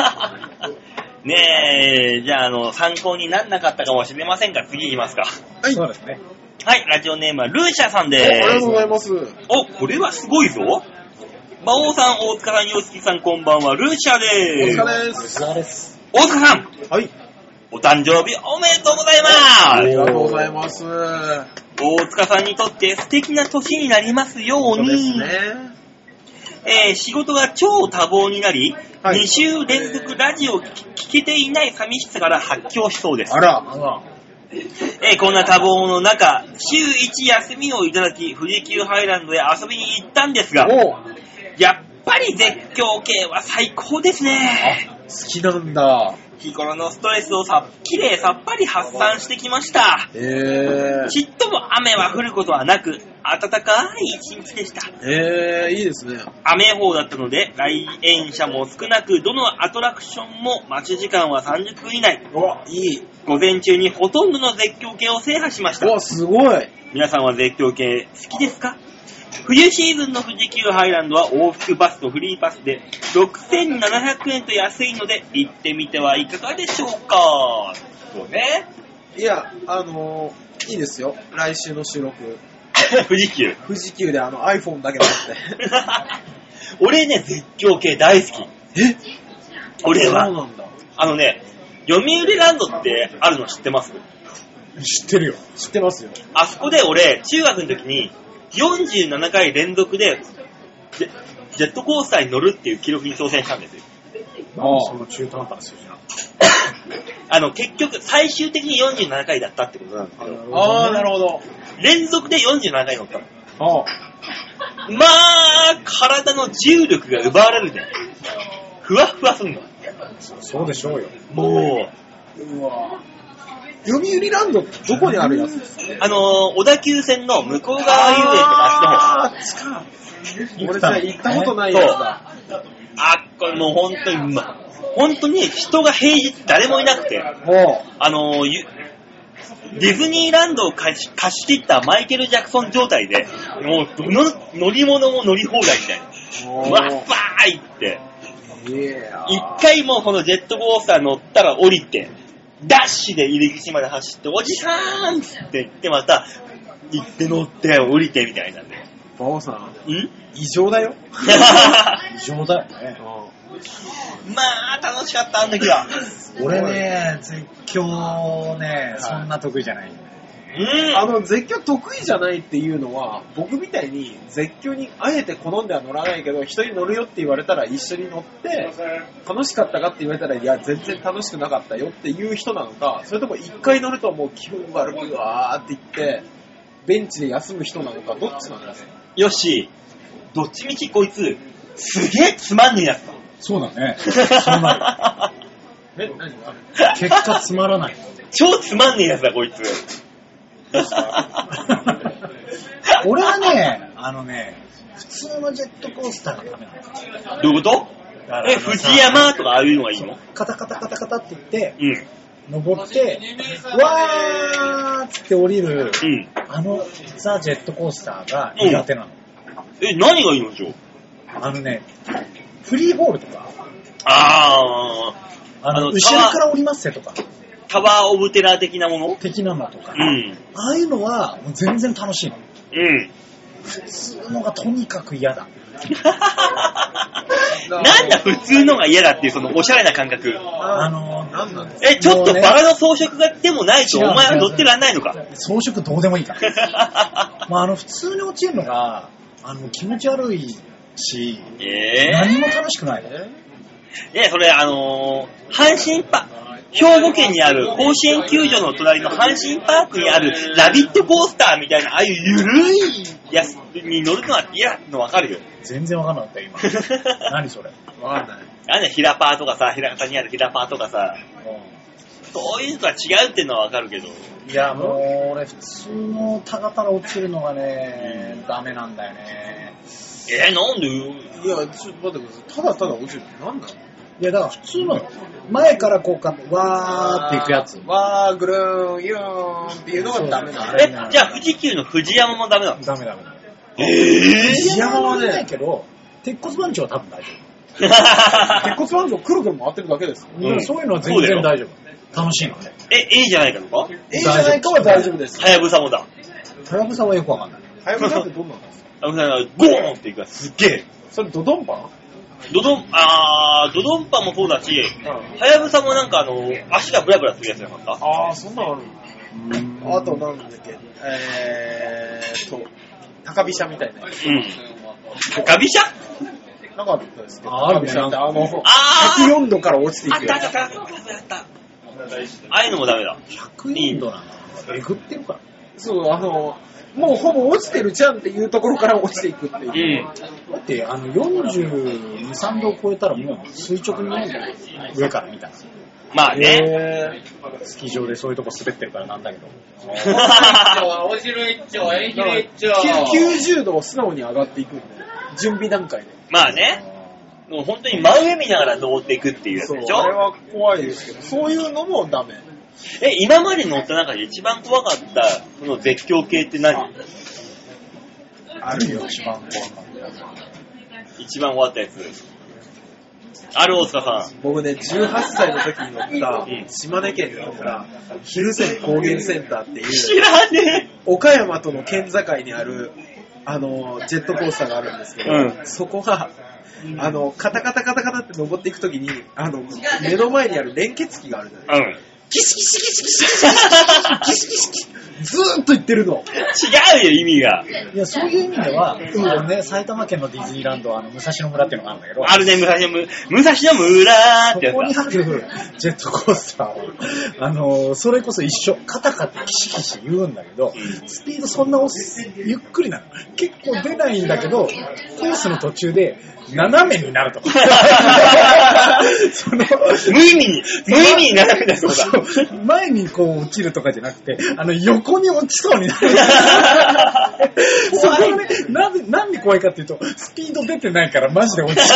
ねえ、じゃあ、あの、参考にならなかったかもしれませんが、次行きますか。 はい。 そうですね。 はい、ラジオネームはルーシャさんです。 ありがとうございます。 お、これはすごいぞ。馬王さん、大塚さん、洋介さん、こんばんは、ルーシャでーす。 大塚です。 大塚です。 大塚さん。 はい。 お誕生日おめでとうございます。 ありがとうございます。 大塚さんにとって素敵な年になりますように。 そうですね。 えー、仕事が超多忙になり、はい、に週連続ラジオを聞けていない寂しさから発狂しそうです。 あら。 あら。 えー、こんな多忙の中、週いち休みをいただき、富士急ハイランドへ遊びに行ったんですが、やっぱり絶叫系は最高ですね。 あ、好きなんだ。 日頃のストレスをさっきれいさっぱり発散してきました。 へー。 ちっとも雨は降ることはなく、暖かい一日でした。 へー、いいですね。 雨予報だったので、来園者も少なく、どのアトラクションも待ち時間はさんじゅっぷん以内。 お、いい。 午前中にほとんどの絶叫系を制覇しました。 お、すごい。 皆さんは絶叫系好きですか？冬シーズンの富士急ハイランドは往復バスとフリーパスでろくせんななひゃくえんと安いので行ってみてはいかがでしょうか。そうね。 いや、あのー、いいですよ。来週の収録。 富士急。 富士急であの iPhone だけ持って。 俺ね、絶叫系大好き。 え？ 俺は。 そうなんだ。 あのね、読売ランドってあるの知ってます？ 知ってるよ。 知ってますよ。 あそこで俺、中学の時に、よんじゅうななかい連続でジェ、ジェットコースターに乗るっていう記録に挑戦したんですよ。 ああ、その中途半端な数字な。 あの、結局、最終的によんじゅうななかいだったってことなんですけど。 ああ、なるほど。 連続でよんじゅうななかい乗ったの。 ああ。まあ、体の重力が奪われるじゃん。ふわふわすんの。 そうでしょうよ。 もう。うわ読売ランドってどこにあるやつですか？ あのー、小田急線の向こう側遊園ってあっちの方。 あっちか。俺さ、行ったことないやつだ。 あ、これもう本当に、ま、本当に人が平日誰もいなくて、あのー、ディズニーランドを貸し、貸し切ったマイケル・ジャクソン状態で、もうどの乗り物も乗り放題みたいな。わっばーいって。一回もうこのジェットコースター乗ったら降りて、ダッシュで入り口まで走って、おじさーんって言ってまた、行って乗って降りてみたいなんで。 バオさん、 ん異常だよ。 異常だよね。 まあ、楽しかった、あの時は。 俺ね、絶叫ね、そんな得意じゃない。 うん。 あの、絶叫得意じゃないっていうのは、僕みたいに絶叫にあえて好んでは乗らないけど、人に乗るよって言われたら一緒に乗って、楽しかったかって言われたら、いや、全然楽しくなかったよっていう人なのか、それとも一回乗るともう気分悪くわーって言って、ベンチで休む人なのか、どっちなんですか？ よし、どっちみちこいつ、すげえつまんねえやつだ。 そうだね。そうなる。 え、何が結果つまらない。 超つまんねえやつだ、こいつ。 俺はね、あのね、普通のジェットコースターがダメなんですよ。 どういうことえ、藤山とかああいうのがいいの？ カタカタカタカタって言って、 うん。 登って、わーっつって降りる、 うん。 あのザ・ジェットコースターが苦手なの。 え、何がいいのじゃあのね、フリーボールとか、 ああの、 あの後ろから降りますせとか、 ー、タワーオブテラー的なもの？ 的なのとか、 うん。 ああいうのはもう全然楽しいの。 うん。 普通のがとにかく嫌だ。 なんだ普通のが嫌だっていうそのおしゃれな感覚。 あのー、 何なんですか？ え、ちょっとバラの装飾がでもないと違うお前は乗ってらんないのか？ 装飾どうでもいいから。まあ、あの、普通に落ちるのが、あの、気持ち悪いし、 え何も楽しくないの。 ー、え、それあのー、阪神パ、兵庫県にある甲子園球場の隣の阪神パークにあるラビットコースターみたいな、ああいうゆるいやつに乗るのは嫌だのわかるよ。 全然わかんなかったよ、今。何それ。 わかんない。 あれヒラパーとかさ、平方にあるヒラパーとかさ、そういうのとは違うっていうのはわかるけど。 いや、もう、俺、普通のタガタラ落ちるのがね、ダメなんだよね。 えー、なんで？ いや、ちょっと待ってください。ただただ落ちるって何なの？ いや、だから普通のよ。前からこうか、わーっていくやつ。 わー、ぐるーん、ゆーんっていうのがダメなの。 え、じゃあ富士急の富士山もダメなの？ ダメダメダメ。 え富士山はないけど、鉄骨番長は多分大丈鉄骨番長くるくる回ってるだけです。 夫。 うん、 そういうのは全然大丈夫。楽しいので。 え、いいじゃないかとか？ ええじゃないかは大丈夫です。 はやぶさもだ。 はやぶさはよくわかんない。 はやぶさってどんなんですか？ はやぶさがゴーンっていくからすっげえ。 それドドンパン？ ドドン、あー、ドドンパもそうだし、はやぶさもなんかあの、足がブラブラするやつじゃなかった？ あー、そんなのあるの？あとなんだっけ、えーと、高飛車みたいなやつ。 うん。高飛車？ なかったですけど、 あー高飛車ってあの、 あーひゃくよんどから落ちていくやつ。 あったあったあったあったあった。ああいうのもダメだ。 ひゃくよんどなんだ。えぐってるから。 そう、あの、もうほぼ落ちてるじゃんっていうところから落ちていくっていう。 うん。 だって、あの、よんじゅうに、さんどを超えたらもう垂直に見えるんじゃない？上から見たら。 まあね。 へスキー場でそういうとこ滑ってるからなんだけど。 おしろ一丁、えひれ一丁。 ーきゅうじゅうどを素直に上がっていくんで、準備段階で。 まあね。もう本当に真上見ながら登っていくっていうやつそう、 でしょ？ あれは怖いですけど、そういうのもダメ。 え、今まで乗った中で一番怖かったこの絶叫系って何？ あるよ、一番怖かった。 一番怖ったやつ。ある大塚さん。 僕ね、じゅうはっさいの時に乗ったうん、 島根県にあった、蒜山高原センターって知いう、 らね岡山との県境にある、あの、ジェットコースターがあるんですけど、 うんそこが、あの、カタカタカタカタって登っていく時に、あの、目の前にある連結器があるじゃないですか。 うん。 キシキシキシキシキシキシキシキシキシずーっと言ってるの。 違うよ、意味が。 いや、そういう意味では、うんね、埼玉県のディズニーランドはあの武蔵野村っていうのがあるんだけど、 あるね、武蔵野む、武蔵野村ーってやそこにつだ。 あるジェットコースターは、あの、それこそ一緒、カタカタキシキシ言うんだけど、スピードそんなおゆっくりなの。結構出ないんだけど、コースの途中で斜めになるとか。その無意味に、無意味に斜めだそうだ。 そう前にこう落ちるとかじゃなくて、あの横に落ちそうになる。そこがね、なんで、なんでで怖いかっていうと、スピード出てないからマジで落ちる。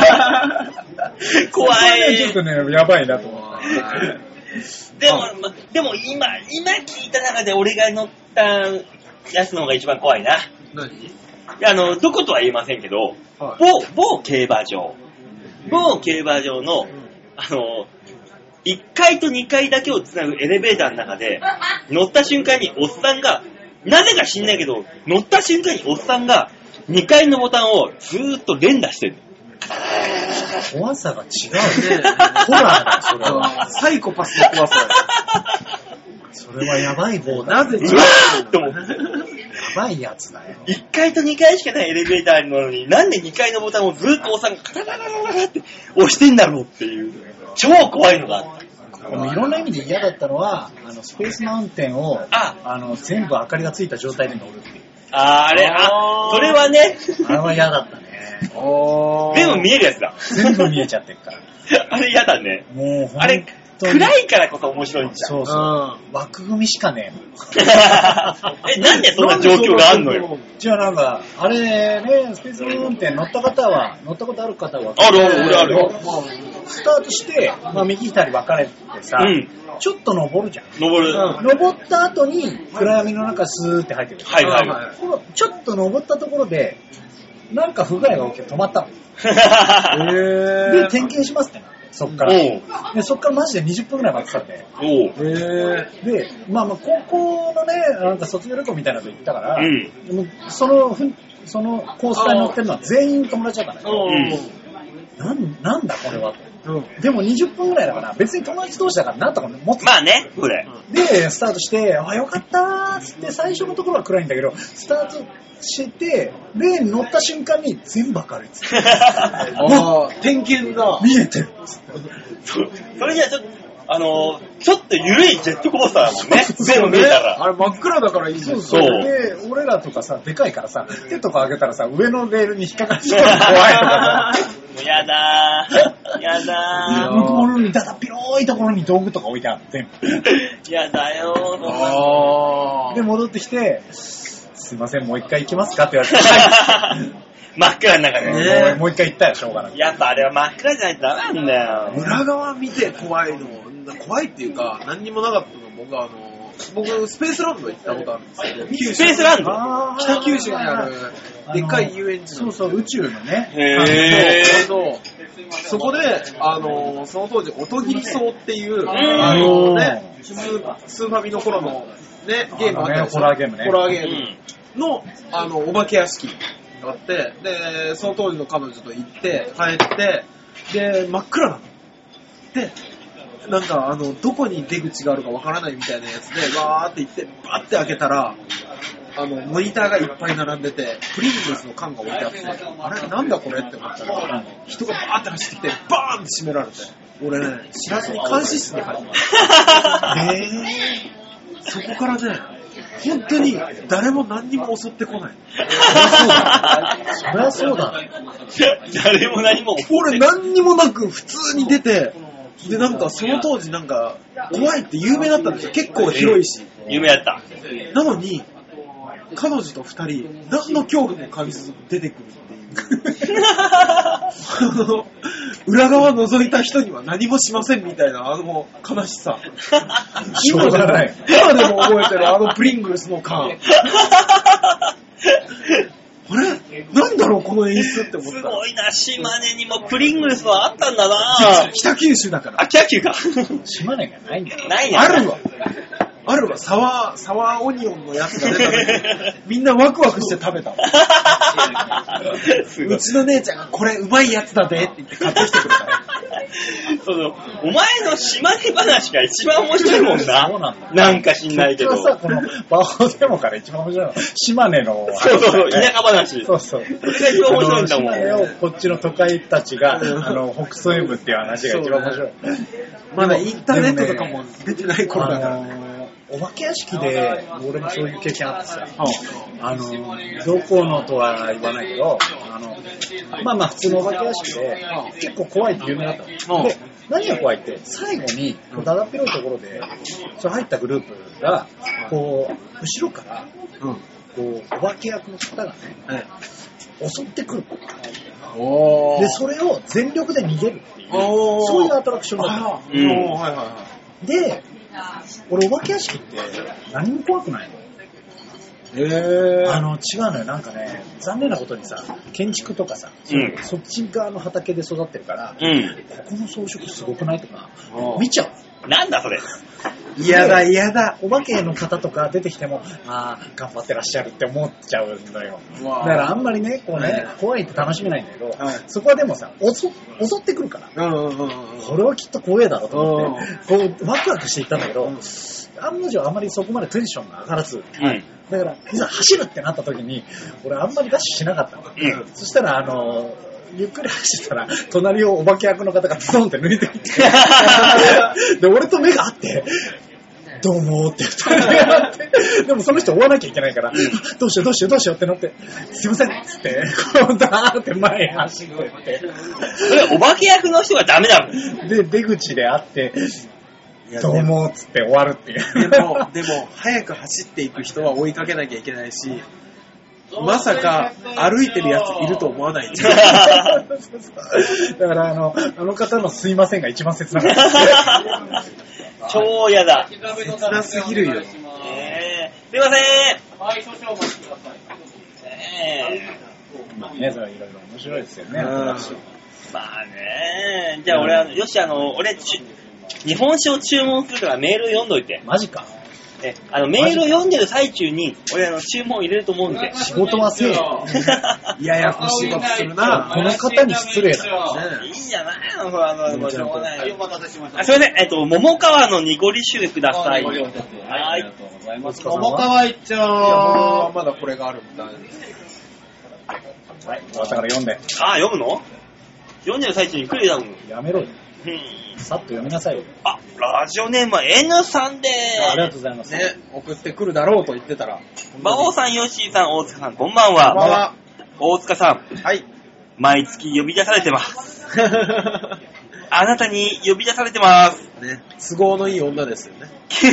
怖い。 ちょっとね、やばいなと思った。 でも、ま、でも今、今聞いた中で俺が乗ったやつの方が一番怖いな。 何？ いや、あの、どことは言いませんけど、 はい、 某、某競馬場。某競馬場の、あの、いっかいとにかいだけをつなぐエレベーターの中で、乗った瞬間におっさんが、なぜか知んないけど、乗った瞬間におっさんがにかいのボタンをずーっと連打してる。 怖さが違うね。ホラーだ、それは。 サイコパスの怖さだよ。 それはやばい方だ。 なぜうわーって思って。 やばいやつだよ。 いっかいとにかいしかないエレベーターなのに、なんでにかいのボタンをずーっとおっさんがカタカタカタカタって押してんだろうっていう、超怖いのがあった。 でもいろんな意味で嫌だったのは、あのスペースマウンテンをああの全部明かりがついた状態で乗るっていう。 あー、あれ、あ、それはね。 あれは嫌だったね。 全部見えるやつだ。 全部見えちゃってるから。 あれ嫌だね。 もうあれ、暗いからこそ面白いんじゃん。 そうそう。枠組みしかねえ、なんでそんな状況があんのよ。 じゃあなんか、あれね、スペースマウンテン乗った方は、乗ったことある方は。 あるある、俺あるよ。 スタートして、まあ右左分かれてさ、うん、ちょっと登るじゃん。 登る。 うん、登った後に暗闇の中スーって入ってくる。 はいはい。 このちょっと登ったところで、なんか不具合が起きて止まったの。 へで、点検しますってな。そっから。で、そっからマジでにじゅっぷんぐらい待ってたんで。 おへで、まあまあ、高校のね、なんか卒業旅行みたいなの行ったから、 うん、 でもその、そのコースターに乗ってるのは全員友達だからね。なん、なんだこれはと。うん、でもにじゅっぷんぐらいだから、別に友達同士だからなんとか持って。 まあね、これ。 で、スタートして、あ、よかったーっつって、最初のところは暗いんだけど、スタートして、で、乗った瞬間に全部明るいっつって。 ああ、点検が見えてるっつって。 そ, それじゃちょっと、あのー、ちょっと緩いジェットコースターだもんね。全部見えたら。 あれ真っ暗だからいいんだよ。 そうそう。で、俺らとかさ、でかいからさ、手とか上げたらさ、上のレールに引っかかって怖いとかさ。 もうやだー。やだー。 向こうにだだっ広いところに道具とか置いてある全部。やだよー。 あー。で、戻ってきて、すいません、もう一回行きますかって言われて。 真っ暗の中で、 ね、もう一回行ったよ、しょうがない。 やっぱあれは真っ暗じゃないとダメなんだよ。 裏側見て怖いの、怖いっていうか、何にもなかったの僕はあの、僕、スペースランド行ったことあるんですけど、 スペースランド北九州にある、でっかい遊園地の。そうそう、宇宙のね。 へー。そうそこで、あの、その当時、音切り層っていう、あのね、スーファミの頃のね、ゲームあったんですよ。 ホラーゲームね。 ホラーゲームの、あの、お化け屋敷があって、で、その当時の彼女と行って、帰って、で、真っ暗なの。で、なんか、あの、どこに出口があるかわからないみたいなやつで、わーって行って、バーって開けたら、あの、モニターがいっぱい並んでて、プリングルスの缶が置いてあって、あれなんだこれって思ったら、人がバーって走ってきて、バーンって閉められて、俺ね、知らずに監視室に入った。えー、そこからね、本当に誰も何にも襲ってこない。 そりゃそうだ。 誰も何も。 俺何にもなく普通に出て、でなんかその当時なんか怖いって有名だったんですよ。結構広いし。 有名だった。 なのに、彼女と二人、何の恐怖も感じず出てくるっていう。裏側覗いた人には何もしませんみたいな、あの悲しさ。 しょうがない。 今でも覚えてるあのプリングルスの缶。あれなんだろうこの演出って思った。 すごいな、島根にもプリングルスはあったんだな。 北九州だから。 あ、北九か。 島根がないんだよ。 ないね。 あるわ。あるわ、サワー、サワーオニオンのやつが出た時みんなワクワクして食べたわ。うちの姉ちゃんがこれうまいやつだぜって言って買ってきてくれた。 その、お前の島根話が一番面白いもんな。 そうなんだ。 なんか知んないけど。 さ、このバオデモから一番面白いのは島根の。 そうそうそう、田舎話。 そうそう。 それが一番面白いんだもん。 島根をこっちの都会たちが、あの、北西部っていう話が一番面白い。 まだインターネットとかも出てない頃だからね。 お化け屋敷で、俺もそういう経験あってさ、あの、どこのとは言わないけど、あの、まあまあ普通のお化け屋敷で、結構怖いって有名だったの。で、何が怖いって、最後に、だだっ広いところで、それ入ったグループが、こう、後ろから、 こう、お化け役の方がね、 はい、 襲ってくる。 おー。 で、それを全力で逃げるっていう、 おー。 そういうアトラクションだった。 うん。はいはいはい。 で、俺、お化け屋敷って何も怖くないの。 へー。 あの、違うのよ。なんかね、残念なことにさ、建築とかさ、 うん、 そっち側の畑で育ってるから、 うん、 ここの装飾すごくないとか、見ちゃう。 なんだそれ。 嫌だ嫌だ。 お化けの方とか出てきても、ああ、頑張ってらっしゃるって思っちゃうのよ。だからあんまりね、こうね、怖いって楽しめないんだけど、はい、そこはでもさ、襲ってくるから、うんうんうん、これはきっと怖えだろうと思って、こう、ワクワクしていったんだけど、案の定あまりそこまでテンションが上がらず、うん、だから、いざ走るってなった時に、俺あんまりダッシュしなかったの。うん、そしたら、あの、ゆっくり走ったら、隣をお化け役の方がズドンって抜いていって、で、俺と目が合って、どうもーって二人でやって、でもその人追わなきゃいけないから、どうしようどうしようどうしようってなって、すいませんっつって、こうダーって前へ走ってって。 それお化け役の人がダメなの？ で、出口で会って、どうもーっつって終わるっていう。 でも、でも、早く走っていく人は追いかけなきゃいけないし、まさか歩いてるやついると思わないんだだからあの、あの方のすいませんが一番切なかった。 超嫌だ。 切なすぎるよ。 えー、すいません。はい、少々お待ちください。 えー、まあね、それはいろいろ面白いですよね。 まあね、じゃあ俺は、よし、あの、俺、日本酒を注文するからメール読んどいて。 マジか。 え、あの、メールを読んでる最中に、俺、あの、注文入れると思うんで。 仕事はせえよ。 ややこしいことするな。 この方に失礼だ。 いいんじゃないのほら、あの、しょうがない。お待たせしました。あ、すいません。えっと、桃川の濁り酒ください。はい。ありがとうございます。 桃川一丁。まだこれがあるんだ。はい。 朝から読んで。 あ、読むの？読んでる最中に来るだもん。 やめろよ。さっと読みなさいよ。 あ、ラジオネームは N さんでーす。 ありがとうございます。 ね、送ってくるだろうと言ってたら。 馬王さん、ヨッシーさん、大塚さん、こんばんは。 こんばんは。 大塚さん。 はい。 毎月呼び出されてます。あなたに呼び出されてます。 ね、都合のいい女ですよね。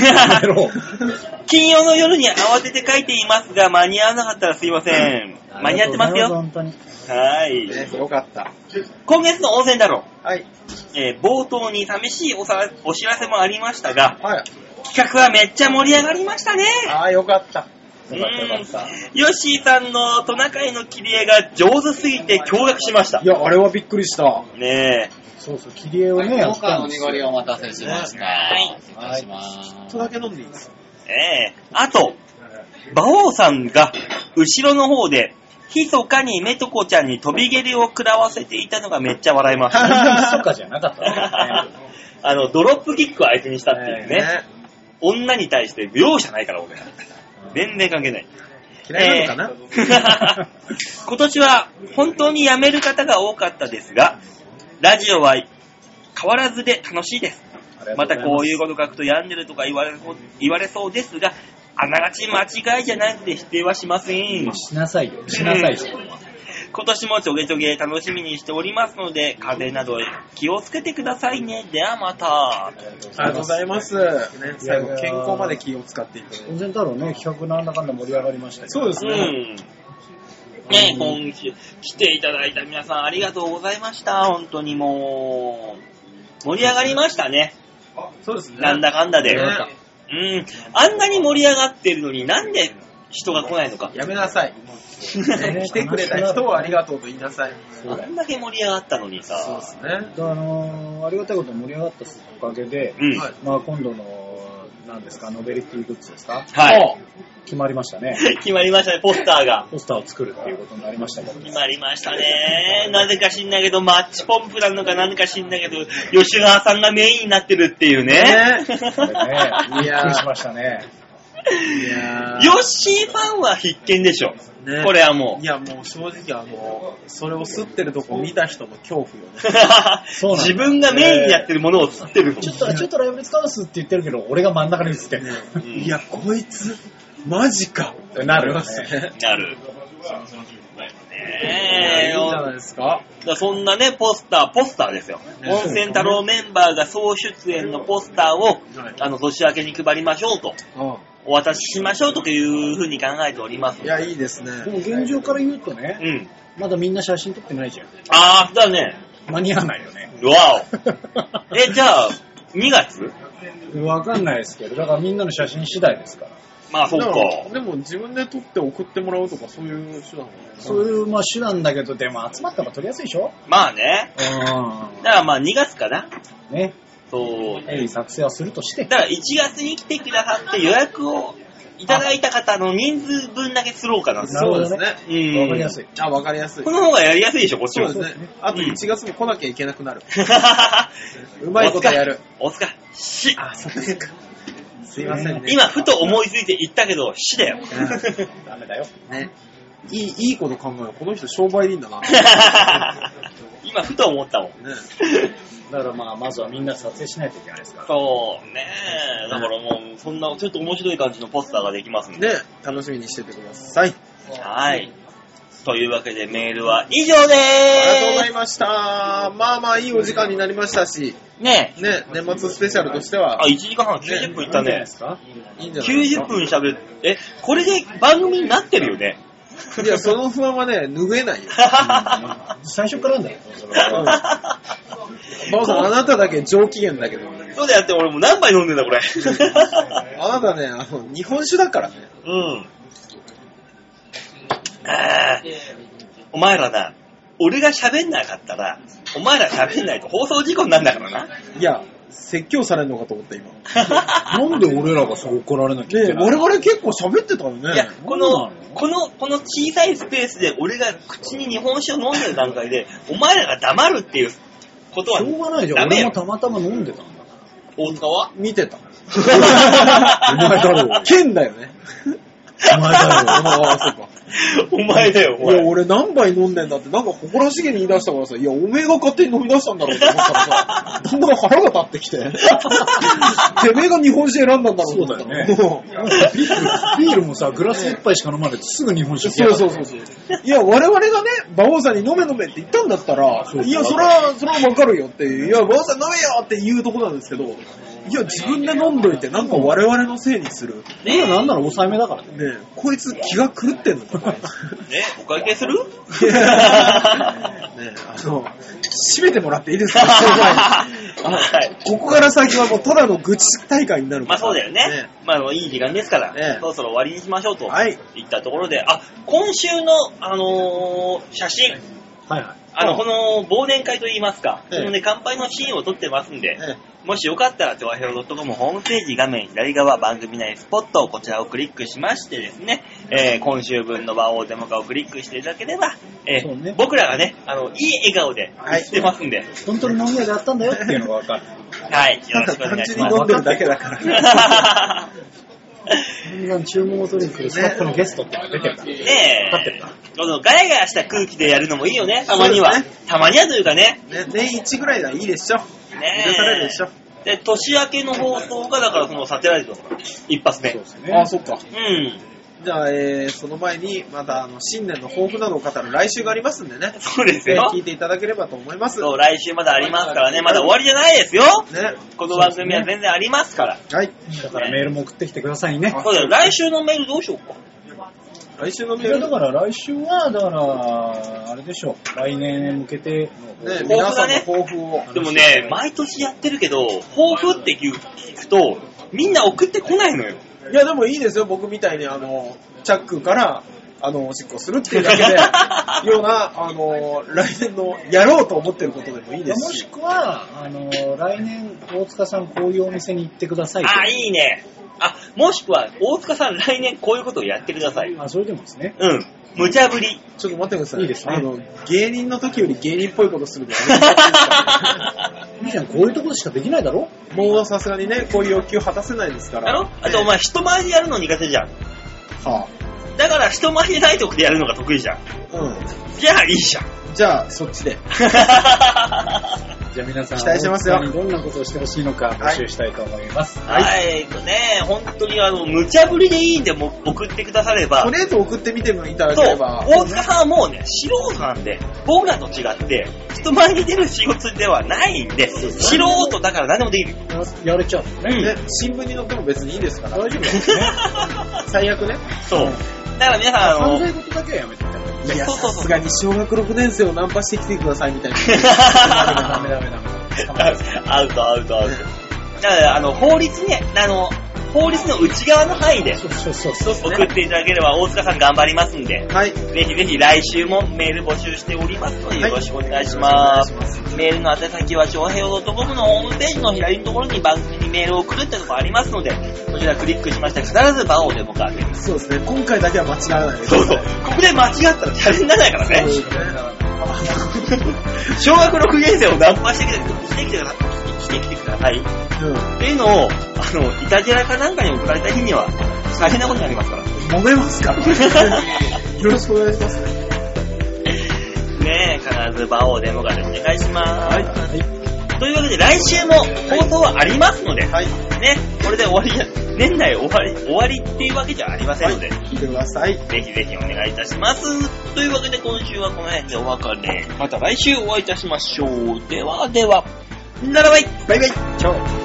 金曜の夜に慌てて書いていますが、間に合わなかったらすいません。間に合ってますよ。 本当に。 はい、 ね。よかった。 今月の温泉だろう。はい。 えー、冒頭に寂しいおさお知らせもありましたが、 はい。 企画はめっちゃ盛り上がりましたね。 ああ、よかった。 よかったよかった。 ヨッシーさんのトナカイの切り絵が上手すぎて驚愕しました。 いや、あれはびっくりした。 ねえ。 そうそう、切り絵をね、やったんですよ。 お濁りお待たせしました。はい。 お願いします。ちょっとだけ飲んでいいですか？ ええ。あと、馬王さんが後ろの方で、密かにメトコちゃんに飛び蹴りを食らわせていたのがめっちゃ笑いました。 密かじゃなかったね。 あの、ドロップキックを相手にしたっていうね。ね、女に対して容赦ないから俺。全然関係ない。 嫌いなのかな、 えー、今年は本当に辞める方が多かったですが、ラジオは変わらずで楽しいです。またこういうこと書くと病んでるとか言われそう、言われそうですが、あながち間違いじゃないので否定はしません。 しなさいよ。しなさいよ。 今年もちょげちょげ楽しみにしておりますので、風邪など気をつけてくださいね。ではまた。 ありがとうございます。ね、最後健康まで気を使っていただいて。 温泉太郎ね、企画なんだかんだ盛り上がりましたね。 そうですね。 うんね、今週来ていただいた皆さんありがとうございました。本当にもう盛り上がりましたね。 そうですね。 なんだかんだで。 ね、 うん。あんなに盛り上がってるのになんで人が来ないのか。 やめなさい。ね、来てくれた人をありがとうと言いなさい。 あんだけ盛り上がったのにさ。 そうですね。 あのー、ありがたいこと盛り上がったおかげで、 うん、 まあ今度の何ですか、ノベリティグッズですか。 はい。 決まりましたね。 決まりましたね、ポスターが。 ポスターを作るっていうことになりましたけど。 決まりましたね。なぜか知んないけど、マッチポンプなのか何か知んないけど、吉川さんがメインになってるっていうね。 ねこれね、びっくりしましたね。 いやヨッシーファンは必見でしょ。ね、これはもう。 いや、もう正直あの、それを吸ってるとこ見た人の恐怖よね。 そうなん自分がメインにやってるものを吸ってる。 ちょっと、ちょっとライブで使うんですって言ってるけど、俺が真ん中に映ってる。 うん、いや、こいつ、マジかってなるますね。 なる。 ねえ、いいじゃないですか。 だそんなね、ポスター、ポスターですよ。温泉太郎メンバーが総出演のポスターを、あの、年明けに配りましょうと。 お渡ししましょうというふうに考えております。 いや、いいですね。 でも現状から言うとね、 うん。 まだみんな写真撮ってないじゃん。 あー、だね。 間に合わないよね。 わお。え、じゃあ、にがつ？ わかんないですけど、だからみんなの写真次第ですから。 まあ、そうか。 でも自分で撮って送ってもらうとかそういう手段はそういう、まあ、手段だけど、でも集まったら撮りやすいでしょ。 まあね。 うん。 だからまあにがつかな。 ね。 そう。 えい作成はするとして。 だからいちがつに来てくださって予約をいただいた方の人数分だけすろうかな。 なるほどね。 うん。 わかりやすい。 あ、わかりやすい。 この方がやりやすいでしょ、こっちも。 そうですね。あといちがつも来なきゃいけなくなる。 ううまいことやる。 おつか。し。 あ、そうですか。すいませんね。 今、ふと思いついて言ったけど、しだよ。 ダメだよ。 ね。いい、いいこと考えよう。この人商売人だな。 今、ふと思ったもん。ね。 だからまあ、まずはみんな撮影しないといけないですから。 そうね。だからもう、そんな、ちょっと面白い感じのポスターができますんで。 ね。楽しみにしててください。 はい。というわけでメールは以上でーす。 ありがとうございました。まあまあいいお時間になりましたし。 ねえ。ね、年末スペシャルとしては。 あ、いちじかんはんきゅうじゅっぷんいったね。 いいんじゃないですか。 きゅうじゅっぷん喋る。え、これで番組になってるよね。 いや、その不安はね、拭えないよ。 最初からなんだよ。 バオさん、あなただけ上機嫌だけど。 そうだよって俺もう何杯飲んでんだこれ。 あなたね、あの、日本酒だからね。 うん。あーお前らな、俺が喋んなかったら、お前ら喋んないと放送事故になるんだからな。 いや、説教されるのかと思った今。 なんで俺らがそう怒られなきゃいけない？ ねえ、我々結構喋ってたのね。 いや、この、この、この小さいスペースで俺が口に日本酒を飲んでる段階で、お前らが黙るっていうことはしょうがないじゃん。俺もたまたま飲んでたんだから。 大塚は見てた。 お前だろう。 剣だよね。 お前だろう。 ああ、そうか。 お前だよ、お前。 いや、俺何杯飲んでんだって、なんか誇らしげに言い出したからさ、いや、おめえが勝手に飲み出したんだろうと思ったらさ、だんだん腹が立ってきて、てめえが日本酒選んだんだろうと思ったら。 そうだよね。ビール、ビールもさ、グラス一杯しか飲まないとすぐ日本酒。 そうそうそうそう。いや、我々がね、馬王さんに飲め飲めって言ったんだったら、いや、それは、それはわかるよっていう、いや、馬王さん飲めよっていうとこなんですけど、いや、自分で飲んどいて、なんか我々のせいにする。 ねえ、なんなら抑えめだからね。 ねえ、こいつ気が狂ってんのかな。 ね、お会計する？ ねえ、あの、締めてもらっていいですか？はい、ここから先はもうただの愚痴大会になるから。 まあそうだよね。ねまあいい時間ですから、ね、そろそろ終わりにしましょうといったところで、あ、今週の、あのー、写真。 はいはい。 あの、この忘年会といいますか、 ええ、 そのね、乾杯のシーンを撮ってますんで、 ええ、もしよかったら、ちょわひろ .com ホームページ画面左側番組内スポット、こちらをクリックしましてですね、えー、今週分の場をデモ化をクリックしていただければ、えーね、僕らがね、あの、いい笑顔で言ってますんで、はい、 本当に飲み屋であったんだよっていうのがわかる。 はい、よろしくお願いします。 単純に飲んでるだけだから。 みんな注文を取りに来るスタッフのゲストって出てるから。ねえ。 立ってるから。 このガヤガヤした空気でやるのもいいよね、たまには。ね、たまにはというかね。 ね、年一ぐらいがいいでしょ。ねえ。許されるでしょ。 で、年明けの放送が、だからそのサテライトの一発目。 そうですね。 ああ、そっか。 うん。 じゃあ、えー、その前に、また、あの、新年の抱負などを語る来週がありますんでね。 そうですよ。 聞いていただければと思います。 そう、来週まだありますからね。まだ終わりじゃないですよ。ね。この番組は全然ありますから。 はい。 だからメールも送ってきてくださいね。 そうだよ。来週のメールどうしようか。 来週のメールだから来週は、だから、あれでしょう。来年へ向けての、ね、皆さんの抱負を。 でもね、毎年やってるけど、抱負って聞くと、みんな送ってこないのよ。 いや、でもいいですよ。僕みたいに、あの、チャックから、あの、おしっこするっていうだけで、ような、あの、来年のやろうと思ってることでもいいですし。 もしくは、あの、来年、大塚さんこういうお店に行ってください。 あ、いいね。あ、もしくは、大塚さん来年こういうことをやってください。 あ、それでもですね。 うん。無茶ぶり。 ちょっと待ってください。 いいですね。 あの、芸人の時より芸人っぽいことするのやめていいじゃん、こういうところしかできないだろ？ もうさすがにね、こういう要求果たせないですから。 だろ？あとお前人前でやるの苦手じゃん。 はあ。 だから人前でないとこでやるのが得意じゃん。 うん。 じゃあいいじゃん。 じゃあ、そっちで。 じゃあ皆さん、 期待してますよ大塚にどんなことをしてほしいのか募集したいと思います。 はい。はい。ね本当にあの、無茶ぶりでいいんで、も送ってくだされば。 とりあえず送ってみてもいただけそう、 れば。 大塚さんはもうね、素人なんで、僕らと違って、人前に出る仕事ではないんで、素人だから何でもできる。 やれちゃうのね。 ね、新聞に載っても別にいいですから。 大丈夫ですね。 最悪ね。 そう。だから皆さん、あの、 犯罪事だけはやめてみたら。 いや、 そうそうそうさすがに小学ろくねん生をナンパしてきてくださいみたいな。 ダメダメダメ。 アウトアウトアウト。だから、あの、法律ね、あの、法律の内側の範囲でそうそうそうそう。 送っていただければ大塚さん頑張りますんで、 はい。 ぜひぜひ来週もメール募集しておりますのでよろしくお願いします。 はい、 メールの宛先は長平洋 .com のホームページの左のところに番組にメールを送るってとこありますので、そちらクリックしましたら必ず場をデモカーで。 そうですね。今回だけは間違わないでください。 そうそう。ここで間違ったらチャレンジにならないからね。小学ろくねん生をナンパしてきて、してきてください。してきてください。 うん。 っていうのを、あの、イタジェラかなんかに送られた日には、大変なことになりますから。 揉めますから。よろしくお願いします。 ねえ、必ず場をデモカーでお願いします。 はい。 というわけで来週も放送はありますので、 はい。 ね、これで終わりや、年内終わり、終わりっていうわけじゃありませんので、 聞いてください。 ぜひぜひお願いいたします。というわけで今週はこの辺でお別れ。また来週お会いいたしましょう。ではでは、ならばい。 バイバイ。 チャオ。